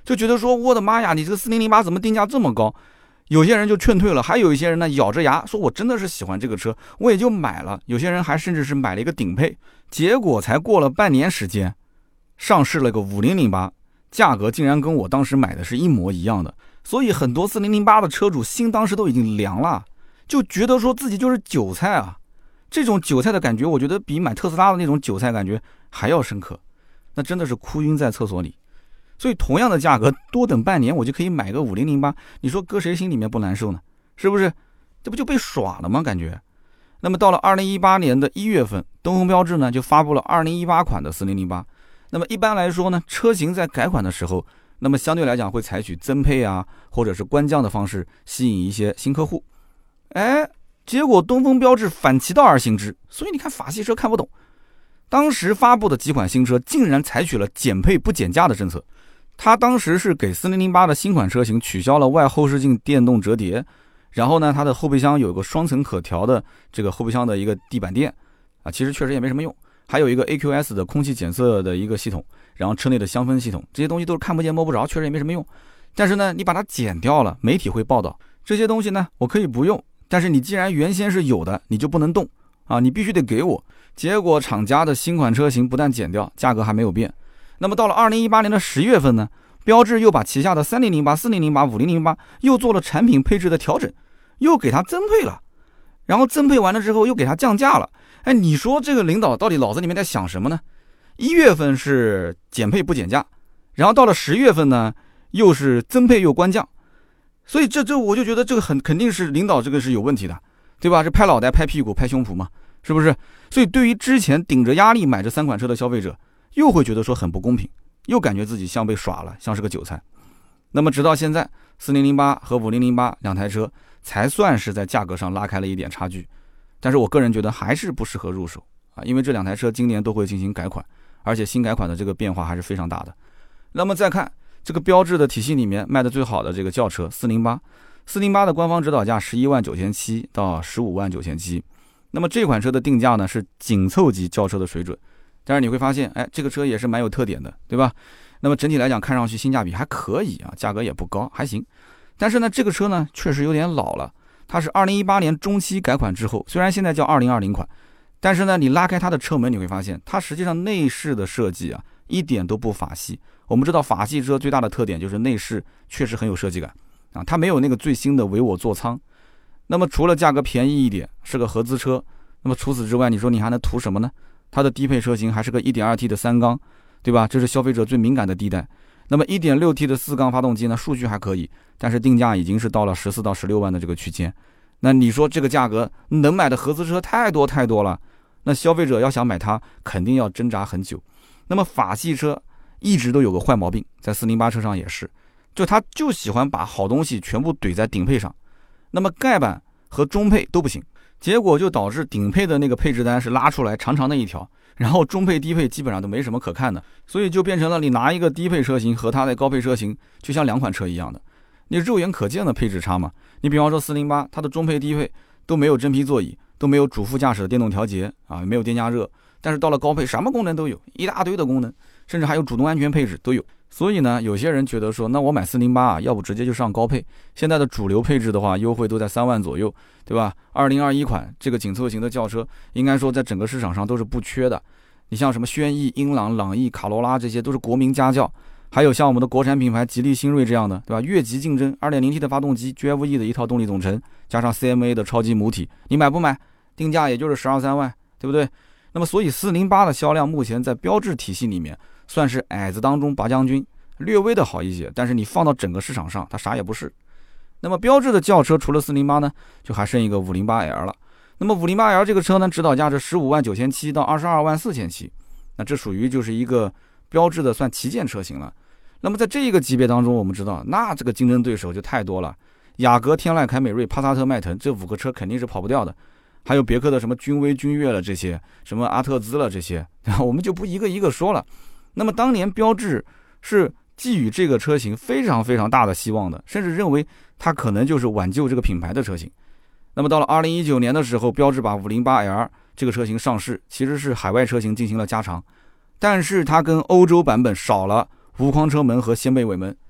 就觉得说我的妈呀，你这个四零零八怎么定价这么高？有些人就劝退了，还有一些人呢咬着牙说我真的是喜欢这个车，我也就买了。有些人还甚至是买了一个顶配，结果才过了半年时间，上市了个五零零八，价格竟然跟我当时买的是一模一样的。所以很多四零零八的车主心当时都已经凉了，就觉得说自己就是韭菜啊。这种韭菜的感觉，我觉得比买特斯拉的那种韭菜感觉还要深刻，那真的是哭晕在厕所里。所以同样的价格，多等半年我就可以买个五零零八，你说搁谁心里面不难受呢？是不是？这不就被耍了吗？感觉。那么到了二零一八年的一月份，东风标致呢就发布了二零一八款的四零零八。那么一般来说呢，车型在改款的时候，那么相对来讲会采取增配啊，或者是官降的方式吸引一些新客户。哎，结果东风标致反其道而行之，所以你看法系车看不懂。当时发布的几款新车竟然采取了减配不减价的政策。他当时是给四零零八的新款车型取消了外后视镜电动折叠，然后呢，它的后备箱有个双层可调的这个后备箱的一个地板垫啊，其实确实也没什么用。还有一个 A Q S 的空气检测的一个系统，然后车内的香氛系统，这些东西都是看不见摸不着，确实也没什么用。但是呢，你把它减掉了，媒体会报道这些东西呢，我可以不用，但是你既然原先是有的，你就不能动啊，你必须得给我。结果厂家的新款车型不但减掉，价格还没有变。那么到了二零一八年的十月份呢，标致又把旗下的三零零八、四零零八、五零零八又做了产品配置的调整，又给它增配了，然后增配完了之后又给它降价了。哎，你说这个领导到底脑子里面在想什么呢？一月份是减配不减价，然后到了十月份呢，又是增配又官降，所以这这我就觉得这个很肯定是领导这个是有问题的，对吧？这拍脑袋、拍屁股、拍胸脯嘛，是不是？所以对于之前顶着压力买这三款车的消费者，又会觉得说很不公平，又感觉自己像被耍了，像是个韭菜。那么直到现在，四零零八和五零零八两台车才算是在价格上拉开了一点差距，但是我个人觉得还是不适合入手啊，因为这两台车今年都会进行改款，而且新改款的这个变化还是非常大的。那么再看这个标致的体系里面卖的最好的这个轿车四零八，四零八的官方指导价十一万九千七到十五万九千七，那么这款车的定价呢是紧凑级轿车的水准。但是你会发现，哎，这个车也是蛮有特点的，对吧？那么整体来讲，看上去性价比还可以啊，价格也不高，还行。但是呢，这个车呢确实有点老了，它是二零一八年中期改款之后，虽然现在叫二零二零款，但是呢，你拉开它的车门，你会发现它实际上内饰的设计啊，一点都不法系。我们知道法系车最大的特点就是内饰确实很有设计感啊，它没有那个最新的唯我座舱。那么除了价格便宜一点，是个合资车，那么除此之外，你说你还能图什么呢？它的低配车型还是个 一点二 T 的三缸，对吧？这是消费者最敏感的地带。那么 一点六 T 的四缸发动机呢，数据还可以，但是定价已经是到了十四到十六万的这个区间。那你说这个价格能买的合资车太多太多了，那消费者要想买它，肯定要挣扎很久。那么法系车一直都有个坏毛病，在四零八车上也是，就他就喜欢把好东西全部怼在顶配上，那么盖板和中配都不行。结果就导致顶配的那个配置单是拉出来长长的一条，然后中配低配基本上都没什么可看的，所以就变成了你拿一个低配车型和它的高配车型就像两款车一样的，你肉眼可见的配置差嘛。你比方说四零八，它的中配低配都没有真皮座椅，都没有主副驾驶的电动调节啊，没有电加热，但是到了高配什么功能都有，一大堆的功能，甚至还有主动安全配置都有。所以呢，有些人觉得说，那我买四零八啊，要不直接就上高配。现在的主流配置的话，优惠都在三万左右，对吧？二零二一款这个紧凑型的轿车，应该说在整个市场上都是不缺的。你像什么轩逸、英朗、朗逸、卡罗拉，这些都是国民家轿，还有像我们的国产品牌吉利新锐这样的，对吧？越级竞争 二点零 T 的发动机 G F E 的一套动力总成，加上 C M A 的超级母体，你买不买？定价也就是十二三万，对不对？那么所以四零八的销量目前在标致体系里面算是矮子当中拔将军，略微的好一些，但是你放到整个市场上它啥也不是。那么标致的轿车除了四零八呢，就还剩一个五零八 L 了。那么五零八 L 这个车呢，指导价是十五万九千七到二十二万四千七，那这属于就是一个标致的算旗舰车型了。那么在这一个级别当中，我们知道那这个竞争对手就太多了，雅阁、天籁、凯美瑞、帕萨特、迈腾这五个车肯定是跑不掉的，还有别克的什么君威、君越了这些，什么阿特兹了这些，我们就不一个一个说了。那么当年标致是寄予这个车型非常非常大的希望的，甚至认为它可能就是挽救这个品牌的车型。那么到了二零一九年的时候，标致把五零八 L 这个车型上市，其实是海外车型进行了加长，但是它跟欧洲版本少了无框车门和掀背尾门，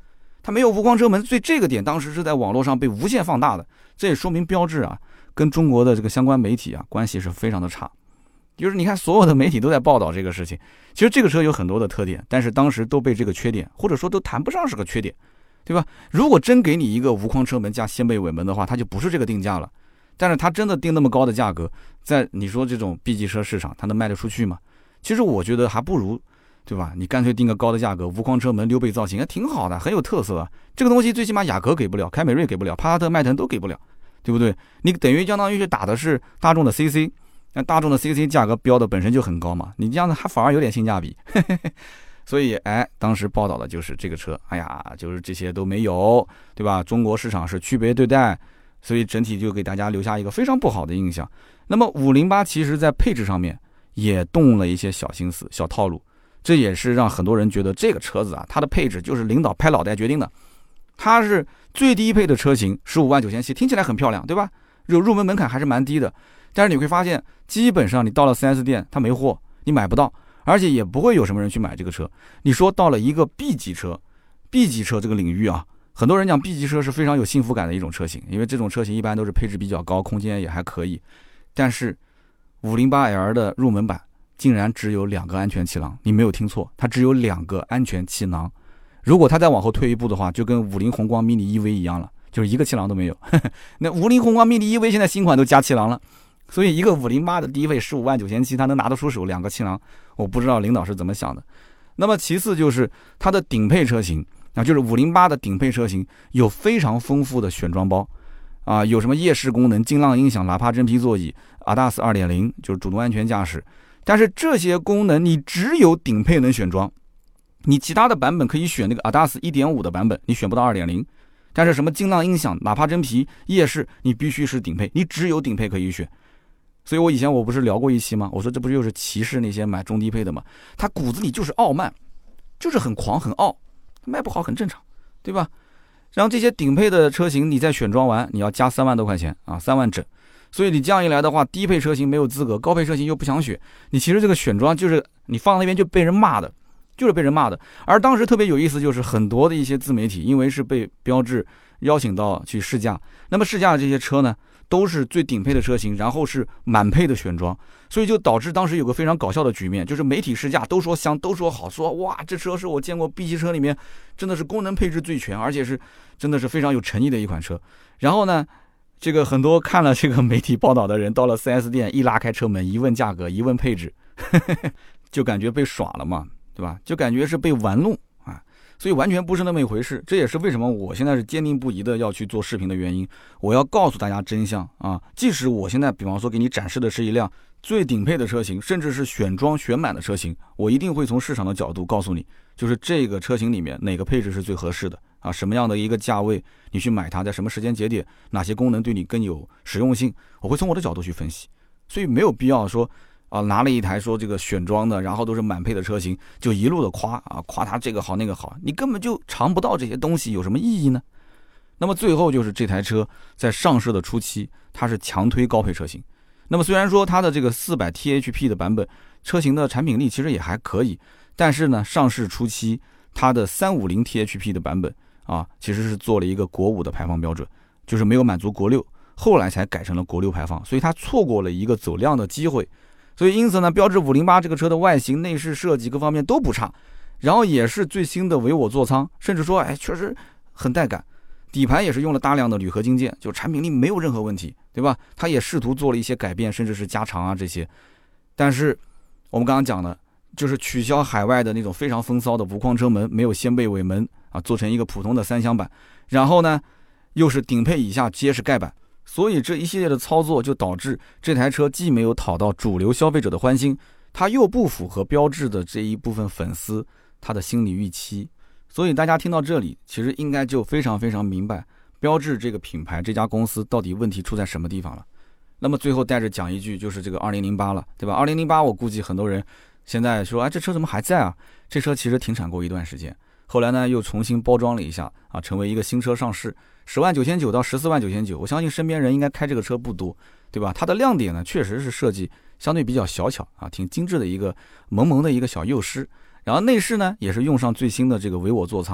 它没有无框车门，所以这个点当时是在网络上被无限放大的。这也说明标致啊跟中国的这个相关媒体啊关系是非常的差。就是你看所有的媒体都在报道这个事情，其实这个车有很多的特点，但是当时都被这个缺点，或者说都谈不上是个缺点，对吧？如果真给你一个无框车门加掀背尾门的话，它就不是这个定价了。但是它真的定那么高的价格，在你说这种 B 级车市场它能卖得出去吗？其实我觉得还不如，对吧？你干脆定个高的价格，无框车门溜背造型还挺好的，很有特色啊。这个东西最起码雅阁给不了，凯美瑞给不了，帕萨特、迈腾都给不了，对不对？你等于相当于是打的是大众的 C C， 那大众的 C C 价格标的本身就很高嘛，你这样子还反而有点性价比。所以哎，当时报道的就是这个车，哎呀，就是这些都没有，对吧？中国市场是区别对待，所以整体就给大家留下一个非常不好的印象。那么五零八其实在配置上面也动了一些小心思、小套路，这也是让很多人觉得这个车子啊，它的配置就是领导拍脑袋决定的。它是最低配的车型，十五万九千七，听起来很漂亮，对吧？入入门门槛还是蛮低的，但是你会发现，基本上你到了 四 S 店，它没货，你买不到。而且也不会有什么人去买这个车。你说到了一个 B 级车 ，B 级车这个领域啊，很多人讲 B 级车是非常有幸福感的一种车型，因为这种车型一般都是配置比较高，空间也还可以。但是 五零八 L 的入门版竟然只有两个安全气囊，你没有听错，它只有两个安全气囊。如果它再往后退一步的话，就跟五菱宏光 mini E V 一样了，就是一个气囊都没有。那五菱宏光 mini E V 现在新款都加气囊了。所以一个五零八的低配十五万九千七，它能拿得出手两个气囊，我不知道领导是怎么想的。那么其次就是它的顶配车型啊，就是五零八的顶配车型有非常丰富的选装包啊，有什么夜视功能、劲浪音响、喇叭真皮座椅、A D A S 二点零 就是主动安全驾驶。但是这些功能你只有顶配能选装，你其他的版本可以选那个 A D A S 一点五 的版本，你选不到 二点零。但是什么劲浪音响、喇叭真皮、夜视，你必须是顶配，你只有顶配可以选。所以我以前我不是聊过一期吗？我说这不就是歧视那些买中低配的吗？他骨子里就是傲慢，就是很狂很傲，卖不好很正常，对吧？然后这些顶配的车型你再选装完，你要加三万多块钱啊，三万整。所以你这样一来的话，低配车型没有资格，高配车型又不想选，你其实这个选装就是你放那边就被人骂的，就是被人骂的。而当时特别有意思，就是很多的一些自媒体，因为是被标致邀请到去试驾，那么试驾的这些车呢，都是最顶配的车型，然后是满配的选装，所以就导致当时有个非常搞笑的局面，就是媒体试驾都说香，都说好，说哇，这车是我见过 B 级车里面真的是功能配置最全，而且是真的是非常有诚意的一款车。然后呢，这个很多看了这个媒体报道的人，到了 四 S 店一拉开车门，一问价格，一问配置，呵呵呵，就感觉被耍了嘛，对吧？就感觉是被玩弄啊。所以完全不是那么一回事，这也是为什么我现在是坚定不移的要去做视频的原因。我要告诉大家真相啊！即使我现在比方说给你展示的是一辆最顶配的车型，甚至是选装选满的车型，我一定会从市场的角度告诉你，就是这个车型里面哪个配置是最合适的啊，什么样的一个价位你去买它，在什么时间节点，哪些功能对你更有实用性，我会从我的角度去分析。所以没有必要说啊，拿了一台说这个选装的，然后都是满配的车型，就一路的夸啊，夸它这个好那个好，你根本就尝不到这些东西，有什么意义呢？那么最后就是这台车在上市的初期，它是强推高配车型。那么虽然说它的这个四百 T H P 的版本车型的产品力其实也还可以，但是呢，上市初期它的三五零 T H P 的版本啊，其实是做了一个国五的排放标准，就是没有满足国六，后来才改成了国六排放，所以它错过了一个走量的机会。所以因此呢，标致五零八这个车的外形、内饰设计各方面都不差，然后也是最新的唯我座舱，甚至说哎确实很带感。底盘也是用了大量的铝合金件，就产品力没有任何问题，对吧？它也试图做了一些改变，甚至是加长啊这些。但是我们刚刚讲的，就是取消海外的那种非常风骚的无框车门，没有掀背尾门啊，做成一个普通的三厢版，然后呢又是顶配以下结实盖板。所以这一系列的操作就导致这台车既没有讨到主流消费者的欢心，它又不符合标致的这一部分粉丝他的心理预期。所以大家听到这里，其实应该就非常非常明白标致这个品牌这家公司到底问题出在什么地方了。那么最后带着讲一句，就是这个二零零八了，对吧？二零零八我估计很多人现在说，哎，这车怎么还在啊？这车其实停产过一段时间，后来呢又重新包装了一下啊，成为一个新车上市。十万九千九到十四万九千九，我相信身边人应该开这个车不多，对吧？它的亮点呢，确实是设计相对比较小巧啊，挺精致的一个萌萌的一个小幼狮。然后内饰呢，也是用上最新的这个唯我座舱，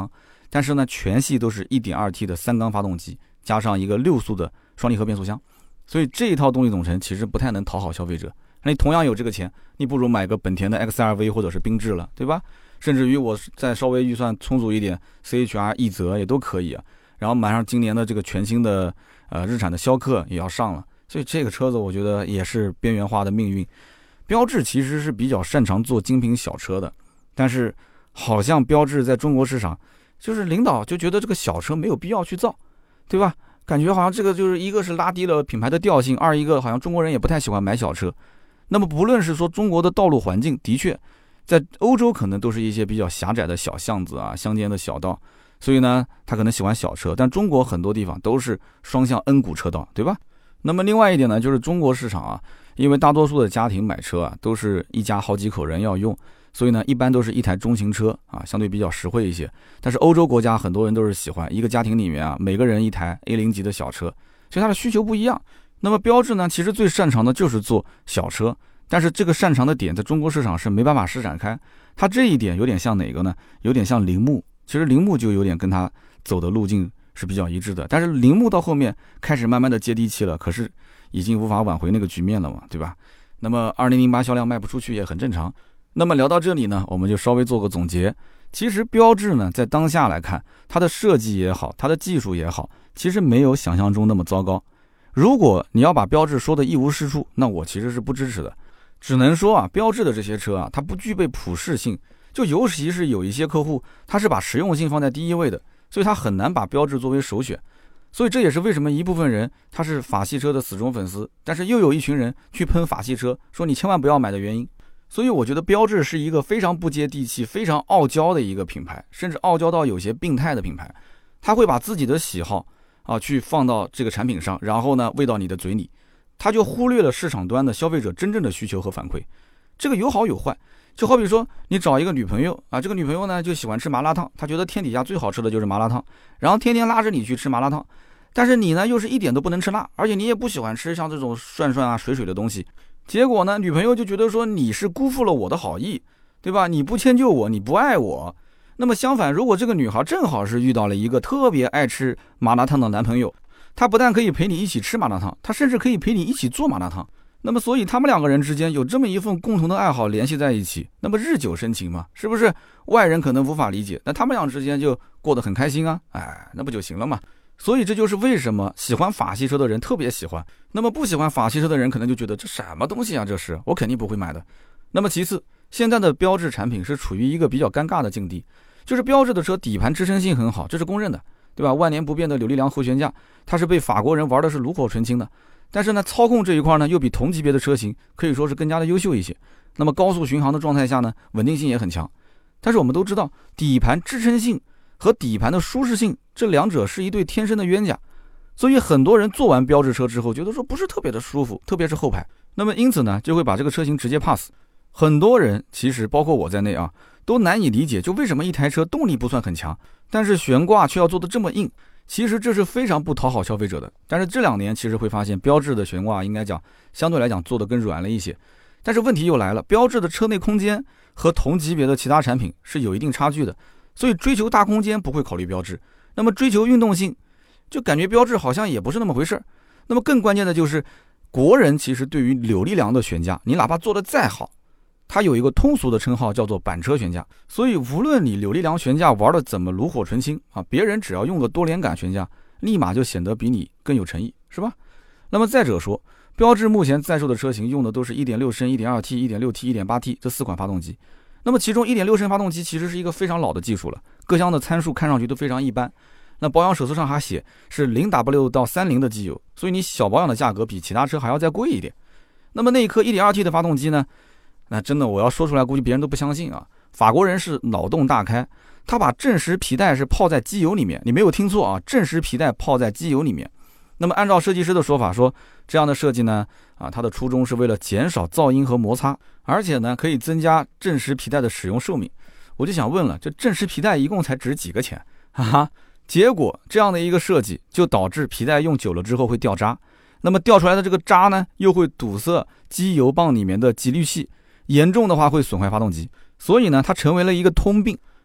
但是呢，全系都是 一点二 T 的三缸发动机，加上一个六速的双离合变速箱，所以这一套动力总成其实不太能讨好消费者。那你同样有这个钱，你不如买个本田的 X R V 或者是缤智了，对吧？甚至于我再稍微预算充足一点 ，C H R 奕泽也都可以啊。然后马上今年的这个全新的呃日产的逍客也要上了，所以这个车子我觉得也是边缘化的命运。标致其实是比较擅长做精品小车的，但是好像标致在中国市场，就是领导就觉得这个小车没有必要去造，对吧？感觉好像这个就是一个是拉低了品牌的调性，二一个好像中国人也不太喜欢买小车。那么不论是说中国的道路环境，的确在欧洲可能都是一些比较狭窄的小巷子啊，乡间的小道，所以呢他可能喜欢小车，但中国很多地方都是双向 N 股车道，对吧？那么另外一点呢，就是中国市场啊，因为大多数的家庭买车啊都是一家好几口人要用，所以呢一般都是一台中型车啊，相对比较实惠一些。但是欧洲国家很多人都是喜欢一个家庭里面啊每个人一台 A 零 级的小车，所以它的需求不一样。那么标致呢其实最擅长的就是做小车，但是这个擅长的点在中国市场是没办法施展开。它这一点有点像哪个呢？有点像铃木。其实铃木就有点跟它走的路径是比较一致的，但是铃木到后面开始慢慢的接地气了，可是已经无法挽回那个局面了嘛，对吧？那么二零零八销量卖不出去也很正常。那么聊到这里呢，我们就稍微做个总结。其实标致呢在当下来看，它的设计也好，它的技术也好，其实没有想象中那么糟糕。如果你要把标致说的一无是处，那我其实是不支持的。只能说啊，标致的这些车啊，它不具备普适性，就尤其是有一些客户，他是把实用性放在第一位的，所以他很难把标致作为首选。所以这也是为什么一部分人他是法系车的死忠粉丝，但是又有一群人去喷法系车，说你千万不要买的原因。所以我觉得标致是一个非常不接地气、非常傲娇的一个品牌，甚至傲娇到有些病态的品牌。他会把自己的喜好啊去放到这个产品上，然后呢喂到你的嘴里，他就忽略了市场端的消费者真正的需求和反馈。这个有好有坏，就好比说你找一个女朋友啊，这个女朋友呢就喜欢吃麻辣烫，她觉得天底下最好吃的就是麻辣烫，然后天天拉着你去吃麻辣烫，但是你呢又是一点都不能吃辣，而且你也不喜欢吃像这种涮涮啊水水的东西。结果呢女朋友就觉得说你是辜负了我的好意，对吧？你不迁就我，你不爱我。那么相反，如果这个女孩正好是遇到了一个特别爱吃麻辣烫的男朋友，他不但可以陪你一起吃麻辣烫，他甚至可以陪你一起做麻辣烫。那么所以他们两个人之间有这么一份共同的爱好联系在一起，那么日久生情嘛，是不是？外人可能无法理解，但他们俩之间就过得很开心啊，哎，那不就行了嘛。所以这就是为什么喜欢法系车的人特别喜欢，那么不喜欢法系车的人可能就觉得这什么东西啊，这是我肯定不会买的。那么其次，现在的标致产品是处于一个比较尴尬的境地，就是标致的车底盘支撑性很好，这是公认的，对吧？万年不变的扭力梁后悬架，它是被法国人玩的是炉火纯青的。但是呢，操控这一块呢，又比同级别的车型可以说是更加的优秀一些。那么高速巡航的状态下呢，稳定性也很强。但是我们都知道，底盘支撑性和底盘的舒适性这两者是一对天生的冤家，所以很多人坐完标致车之后，觉得说不是特别的舒服，特别是后排。那么因此呢，就会把这个车型直接 pass。很多人其实包括我在内啊，都难以理解，就为什么一台车动力不算很强，但是悬挂却要做得这么硬。其实这是非常不讨好消费者的。但是这两年其实会发现，标致的悬挂应该讲相对来讲做得更软了一些。但是问题又来了，标致的车内空间和同级别的其他产品是有一定差距的，所以追求大空间不会考虑标致，那么追求运动性就感觉标致好像也不是那么回事。那么更关键的就是国人其实对于扭力梁的悬架，你哪怕做得再好，它有一个通俗的称号叫做板车悬架，所以无论你扭力梁悬架玩的怎么炉火纯青啊，别人只要用个多连杆悬架，立马就显得比你更有诚意，是吧？那么再者说，标致目前在售的车型用的都是 一点六升、一点二 T、一点六 T、一点八 T 这四款发动机。那么其中 一点六升发动机其实是一个非常老的技术了，各项的参数看上去都非常一般。那保养手册上还写是 零 W 到三十的机油，所以你小保养的价格比其他车还要再贵一点。那么那一颗 一点二 T 的发动机呢，那真的我要说出来估计别人都不相信啊。法国人是脑洞大开，他把正时皮带是泡在机油里面，你没有听错啊，正时皮带泡在机油里面。那么按照设计师的说法说，这样的设计呢，啊，它的初衷是为了减少噪音和摩擦，而且呢可以增加正时皮带的使用寿命。我就想问了，这正时皮带一共才值几个钱？哈哈，结果这样的一个设计就导致皮带用久了之后会掉渣，那么掉出来的这个渣呢，又会堵塞机油泵里面的级滤器，严重的话会损坏发动机，所以呢它成为了一个通病。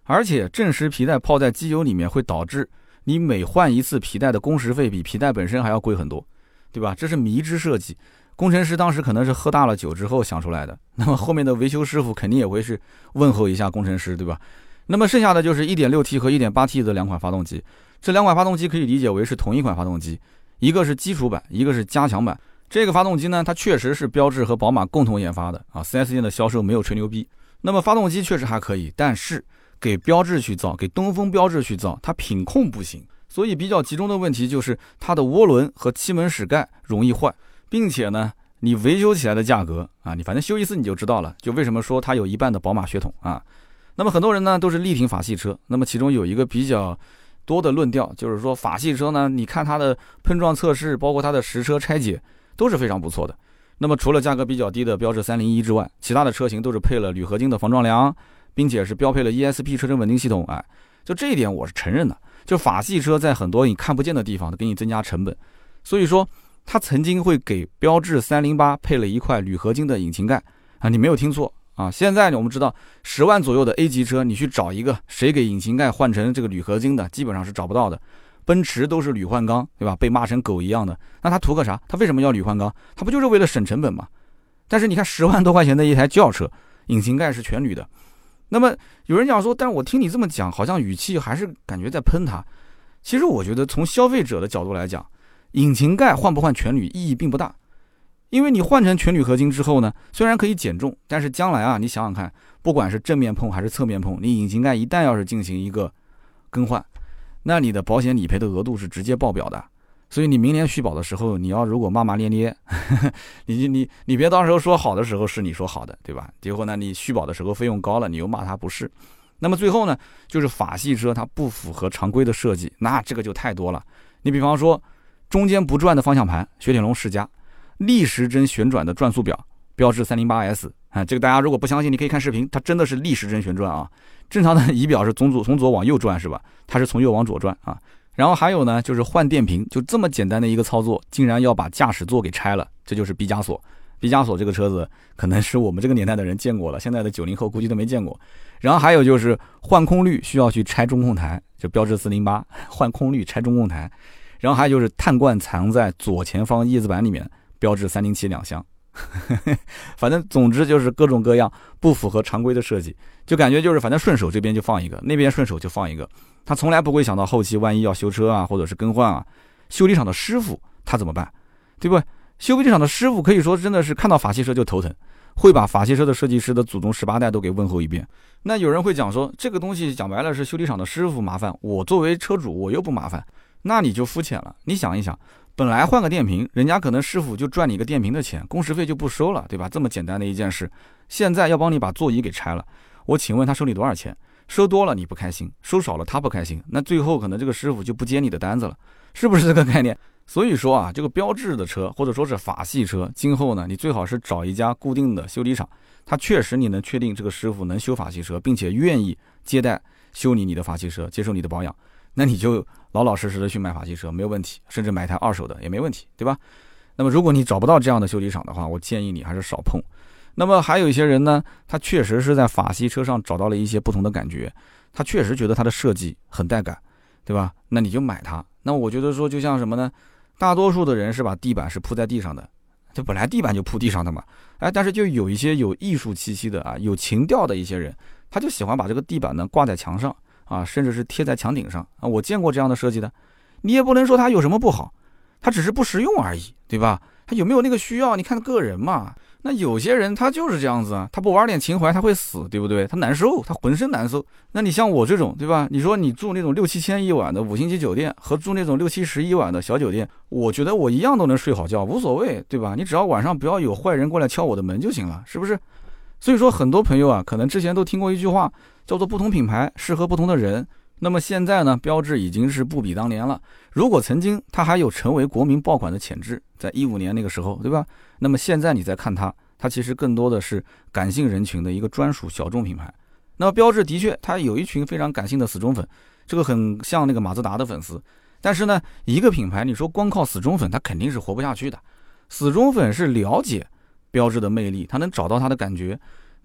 而且正时皮带泡在机油里面会导致你每换一次皮带的工时费比皮带本身还要贵很多，对吧？这是迷之设计，工程师当时可能是喝大了酒之后想出来的，那么后面的维修师傅肯定也会是问候一下工程师，对吧？那么剩下的就是 一点六 T 和 一点八 T 的两款发动机，这两款发动机可以理解为是同一款发动机，一个是基础版，一个是加强版。这个发动机呢，它确实是标致和宝马共同研发的啊 四 S 店的销售没有吹牛逼。那么发动机确实还可以，但是给标致去造，给东风标致去造，它品控不行，所以比较集中的问题就是它的涡轮和气门室盖容易坏，并且呢，你维修起来的价格啊，你反正修一次你就知道了，就为什么说它有一半的宝马血统啊。那么很多人呢都是力挺法系车，那么其中有一个比较多的论调，就是说法系车呢，你看它的碰撞测试，包括它的实车拆解都是非常不错的。那么除了价格比较低的标致三零一之外，其他的车型都是配了铝合金的防撞梁，并且是标配了 E S P 车身稳定系统。哎，就这一点我是承认的。就法系车在很多你看不见的地方都给你增加成本，所以说它曾经会给标致三零八配了一块铝合金的引擎盖啊，你没有听错啊。现在我们知道十万左右的 A 级车，你去找一个谁给引擎盖换成这个铝合金的，基本上是找不到的。奔驰都是铝换钢，对吧？被骂成狗一样的，那他图个啥？他为什么要铝换钢？他不就是为了省成本吗？但是你看十万多块钱的一台轿车，引擎盖是全铝的。那么有人讲说，但是我听你这么讲，好像语气还是感觉在喷他。其实我觉得从消费者的角度来讲，引擎盖换不换全铝意义并不大，因为你换成全铝合金之后呢，虽然可以减重，但是将来啊，你想想看，不管是正面碰还是侧面碰，你引擎盖一旦要是进行一个更换，那你的保险理赔的额度是直接爆表的。所以你明年续保的时候，你要如果骂骂咧咧，呵呵你你你别到时候说好的时候是你说好的，对吧？结果呢，你续保的时候费用高了，你又骂他不是。那么最后呢，就是法系车它不符合常规的设计，那这个就太多了。你比方说中间不转的方向盘，雪铁龙世嘉，逆时针旋转的转速表，标致 三零八 S 啊，这个大家如果不相信，你可以看视频，它真的是逆时针旋转啊。正常的仪表是从左从左往右转是吧？它是从右往左转啊。然后还有呢，就是换电瓶，就这么简单的一个操作，竟然要把驾驶座给拆了，这就是毕加索。毕加索这个车子可能是我们这个年代的人见过了，现在的九零后估计都没见过。然后还有就是换空滤需要去拆中控台，就标致四零八换空滤拆中控台。然后还有就是碳罐藏在左前方叶子板里面，标致三零七两厢。反正总之就是各种各样不符合常规的设计，就感觉就是反正顺手这边就放一个，那边顺手就放一个，他从来不会想到后期万一要修车啊，或者是更换啊，修理厂的师傅他怎么办，对不对？修理厂的师傅可以说真的是看到法系车就头疼，会把法系车的设计师的祖宗十八代都给问候一遍。那有人会讲说，这个东西讲白了是修理厂的师傅麻烦，我作为车主我又不麻烦，那你就肤浅了。你想一想，本来换个电瓶，人家可能师傅就赚你一个电瓶的钱，工时费就不收了，对吧？这么简单的一件事，现在要帮你把座椅给拆了，我请问他收你多少钱？收多了你不开心，收少了他不开心，那最后可能这个师傅就不接你的单子了，是不是这个概念？所以说啊，这个标致的车或者说是法系车，今后呢，你最好是找一家固定的修理厂，他确实你能确定这个师傅能修法系车，并且愿意接待修理你的法系车，接受你的保养，那你就老老实实的去买法系车没有问题，甚至买台二手的也没问题，对吧？那么如果你找不到这样的修理厂的话，我建议你还是少碰。那么还有一些人呢，他确实是在法系车上找到了一些不同的感觉，他确实觉得它的设计很带感，对吧？那你就买它。那我觉得说就像什么呢？大多数的人是把地板是铺在地上的，这本来地板就铺地上的嘛，哎，但是就有一些有艺术气息的啊，有情调的一些人，他就喜欢把这个地板呢挂在墙上啊，甚至是贴在墙顶上啊。我见过这样的设计的，你也不能说它有什么不好，它只是不实用而已，对吧？它有没有那个需要，你看个人嘛。那有些人他就是这样子啊，他不玩点情怀他会死，对不对？他难受，他浑身难受。那你像我这种，对吧？你说你住那种六七千一晚的五星级酒店，和住那种六七十一晚的小酒店，我觉得我一样都能睡好觉，无所谓，对吧？你只要晚上不要有坏人过来敲我的门就行了，是不是？所以说很多朋友啊，可能之前都听过一句话，叫做不同品牌适合不同的人。那么现在呢，标致已经是不比当年了。如果曾经它还有成为国民爆款的潜质，在一五年那个时候，对吧？那么现在你再看它，它其实更多的是感性人群的一个专属小众品牌。那么标致的确，它有一群非常感性的死忠粉，这个很像那个马自达的粉丝。但是呢，一个品牌你说光靠死忠粉，它肯定是活不下去的。死忠粉是了解标致的魅力，他能找到他的感觉。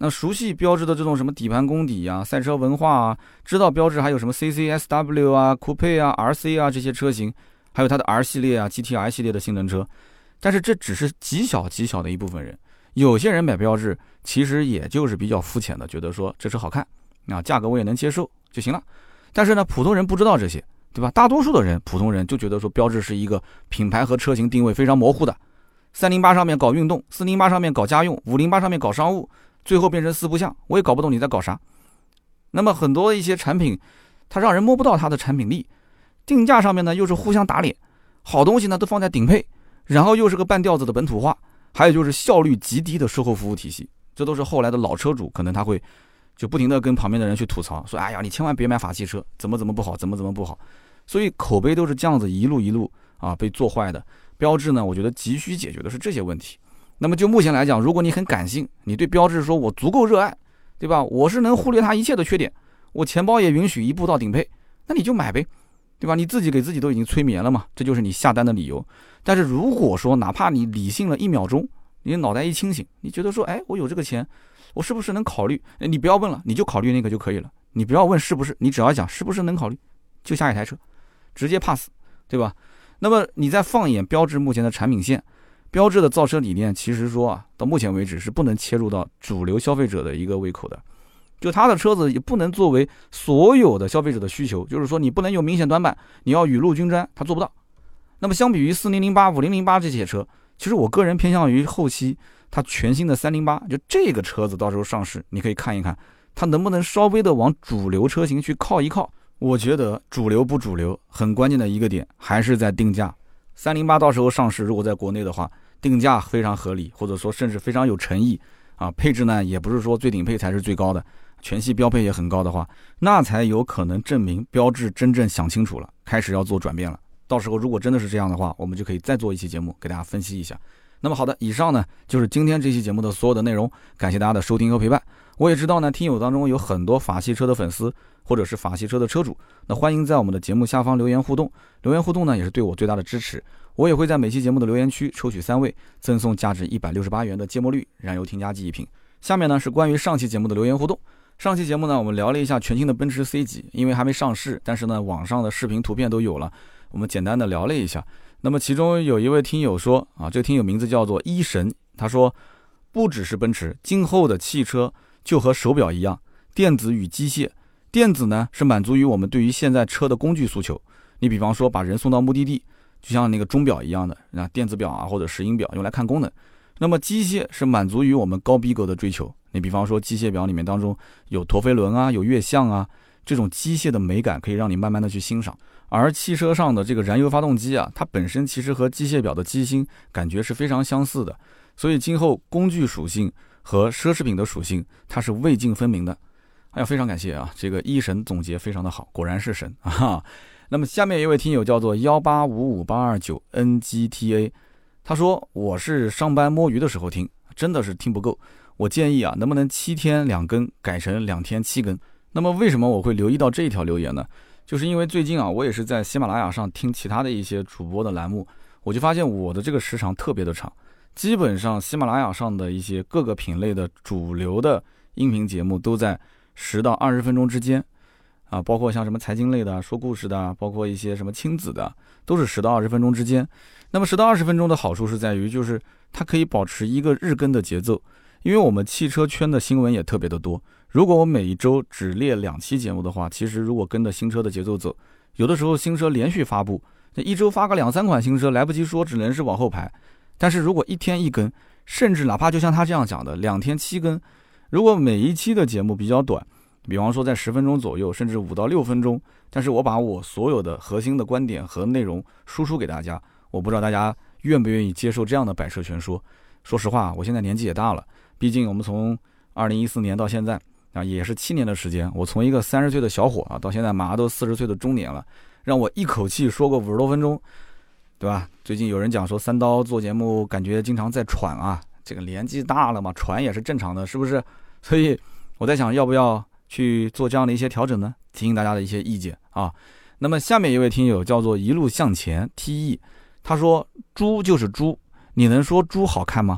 那熟悉标致的这种什么底盘功底啊、赛车文化啊，知道标致还有什么 C C S W 啊、Coupe 啊、R C 啊这些车型，还有它的 R 系列啊、G T I 系列的性能车。但是这只是极小极小的一部分人，有些人买标致其实也就是比较肤浅的，觉得说这车好看啊，价格我也能接受就行了。但是呢，普通人不知道这些，对吧？大多数的人，普通人就觉得说标致是一个品牌和车型定位非常模糊的，三零八上面搞运动，四零八上面搞家用，五零八上面搞商务，最后变成四不像，我也搞不懂你在搞啥。那么很多一些产品，它让人摸不到它的产品力，定价上面呢又是互相打脸，好东西呢都放在顶配，然后又是个半吊子的本土化，还有就是效率极低的售后服务体系，这都是后来的老车主可能他会就不停的跟旁边的人去吐槽，说哎呀你千万别买法系车，怎么怎么不好，怎么怎么不好，所以口碑都是这样子一路一路啊被做坏的。标致呢，我觉得急需解决的是这些问题。那么就目前来讲，如果你很感性，你对标致说我足够热爱，对吧？我是能忽略它一切的缺点，我钱包也允许一步到顶配，那你就买呗，对吧？你自己给自己都已经催眠了嘛，这就是你下单的理由。但是如果说哪怕你理性了一秒钟，你脑袋一清醒，你觉得说，哎，我有这个钱，我是不是能考虑？你不要问了，你就考虑那个就可以了。你不要问是不是，你只要讲是不是能考虑，就下一台车，直接 pass， 对吧？那么你再放眼标致目前的产品线，标致的造车理念其实说啊，到目前为止是不能切入到主流消费者的一个胃口的。就它的车子也不能作为所有的消费者的需求，就是说你不能有明显短板，你要雨露均沾，它做不到。那么相比于四零零八、五零零八这些车，其实我个人偏向于后期它全新的三零八，就这个车子到时候上市，你可以看一看它能不能稍微的往主流车型去靠一靠。我觉得主流不主流，很关键的一个点还是在定价。三零八到时候上市，如果在国内的话，定价非常合理，或者说甚至非常有诚意啊，配置呢也不是说最顶配才是最高的，全系标配也很高的话，那才有可能证明标致真正想清楚了，开始要做转变了。到时候如果真的是这样的话，我们就可以再做一期节目给大家分析一下。那么好的，以上呢就是今天这期节目的所有的内容，感谢大家的收听和陪伴。我也知道呢，听友当中有很多法系车的粉丝，或者是法系车的车主，那欢迎在我们的节目下方留言互动，留言互动呢也是对我最大的支持。我也会在每期节目的留言区抽取三位，赠送价值一百六十八元的芥末绿燃油添加剂一瓶。下面呢是关于上期节目的留言互动。上期节目呢我们聊了一下全新的奔驰 C 级，因为还没上市，但是呢网上的视频图片都有了，我们简单的聊了一下。那么其中有一位听友说啊，这个听友名字叫做一神，他说不只是奔驰，今后的汽车就和手表一样，电子与机械。电子呢是满足于我们对于现在车的工具诉求，你比方说把人送到目的地，就像那个钟表一样的，那电子表啊或者石英表用来看功能。那么机械是满足于我们高逼格的追求，你比方说机械表里面当中有陀飞轮啊，有月相啊，这种机械的美感可以让你慢慢的去欣赏。而汽车上的这个燃油发动机啊，它本身其实和机械表的机芯感觉是非常相似的，所以今后工具属性和奢侈品的属性它是未尽分明的。哎呀，非常感谢啊，这个一神总结非常的好，果然是神啊。那么下面一位听友叫做一八五五八二九 N G T A， 他说我是上班摸鱼的时候听，真的是听不够，我建议啊能不能七天两更改成两天七更。那么为什么我会留意到这一条留言呢？就是因为最近啊我也是在喜马拉雅上听其他的一些主播的栏目，我就发现我的这个时长特别的长，基本上喜马拉雅上的一些各个品类的主流的音频节目都在十到二十分钟之间啊，包括像什么财经类的、说故事的，包括一些什么亲子的，都是十到二十分钟之间。那么十到二十分钟的好处是在于，就是它可以保持一个日更的节奏，因为我们汽车圈的新闻也特别的多。如果我每一周只列两期节目的话，其实如果跟着新车的节奏走，有的时候新车连续发布，那一周发个两三款新车，来不及说，只能是往后排。但是如果一天一更，甚至哪怕就像他这样讲的两天七更，如果每一期的节目比较短，比方说在十分钟左右，甚至五到六分钟，但是我把我所有的核心的观点和内容输出给大家，我不知道大家愿不愿意接受这样的百车全说。说实话，我现在年纪也大了，毕竟我们从二零一四年到现在啊，也是七年的时间，我从一个三十岁的小伙啊，到现在马上都四十岁的中年了，让我一口气说过五十多分钟，对吧？最近有人讲说三刀做节目感觉经常在喘啊，这个年纪大了嘛，喘也是正常的，是不是？所以我在想要不要去做这样的一些调整呢？提醒大家的一些意见啊。那么下面一位听友叫做一路向前 T E， 他说猪就是猪，你能说猪好看吗？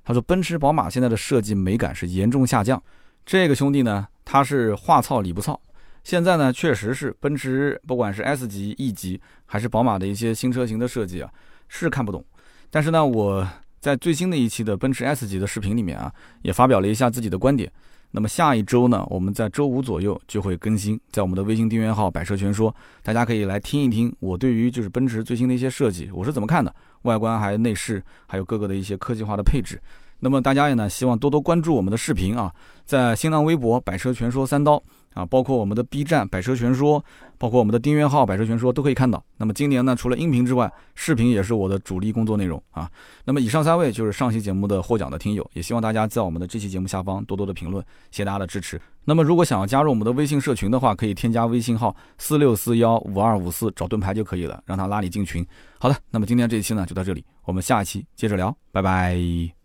他说奔驰宝马现在的设计美感是严重下降。这个兄弟呢，他是话糙理不糙。现在呢，确实是奔驰不管是 S 级、E 级还是宝马的一些新车型的设计啊，是看不懂。但是呢，我在最新的一期的奔驰 S 级的视频里面啊，也发表了一下自己的观点。那么下一周呢，我们在周五左右就会更新，在我们的微信订阅号百车全说，大家可以来听一听我对于就是奔驰最新的一些设计我是怎么看的，外观还有内饰，还有各个的一些科技化的配置。那么大家也呢，希望多多关注我们的视频啊，在新浪微博百车全说三刀啊，包括我们的 B 站百车全说，包括我们的订阅号百车全说都可以看到。那么今年呢，除了音频之外，视频也是我的主力工作内容啊。那么以上三位就是上期节目的获奖的听友，也希望大家在我们的这期节目下方多多的评论，谢谢大家的支持。那么如果想要加入我们的微信社群的话，可以添加微信号四六四一五二五四找盾牌就可以了，让他拉你进群。好的，那么今天这一期呢就到这里，我们下一期接着聊，拜拜。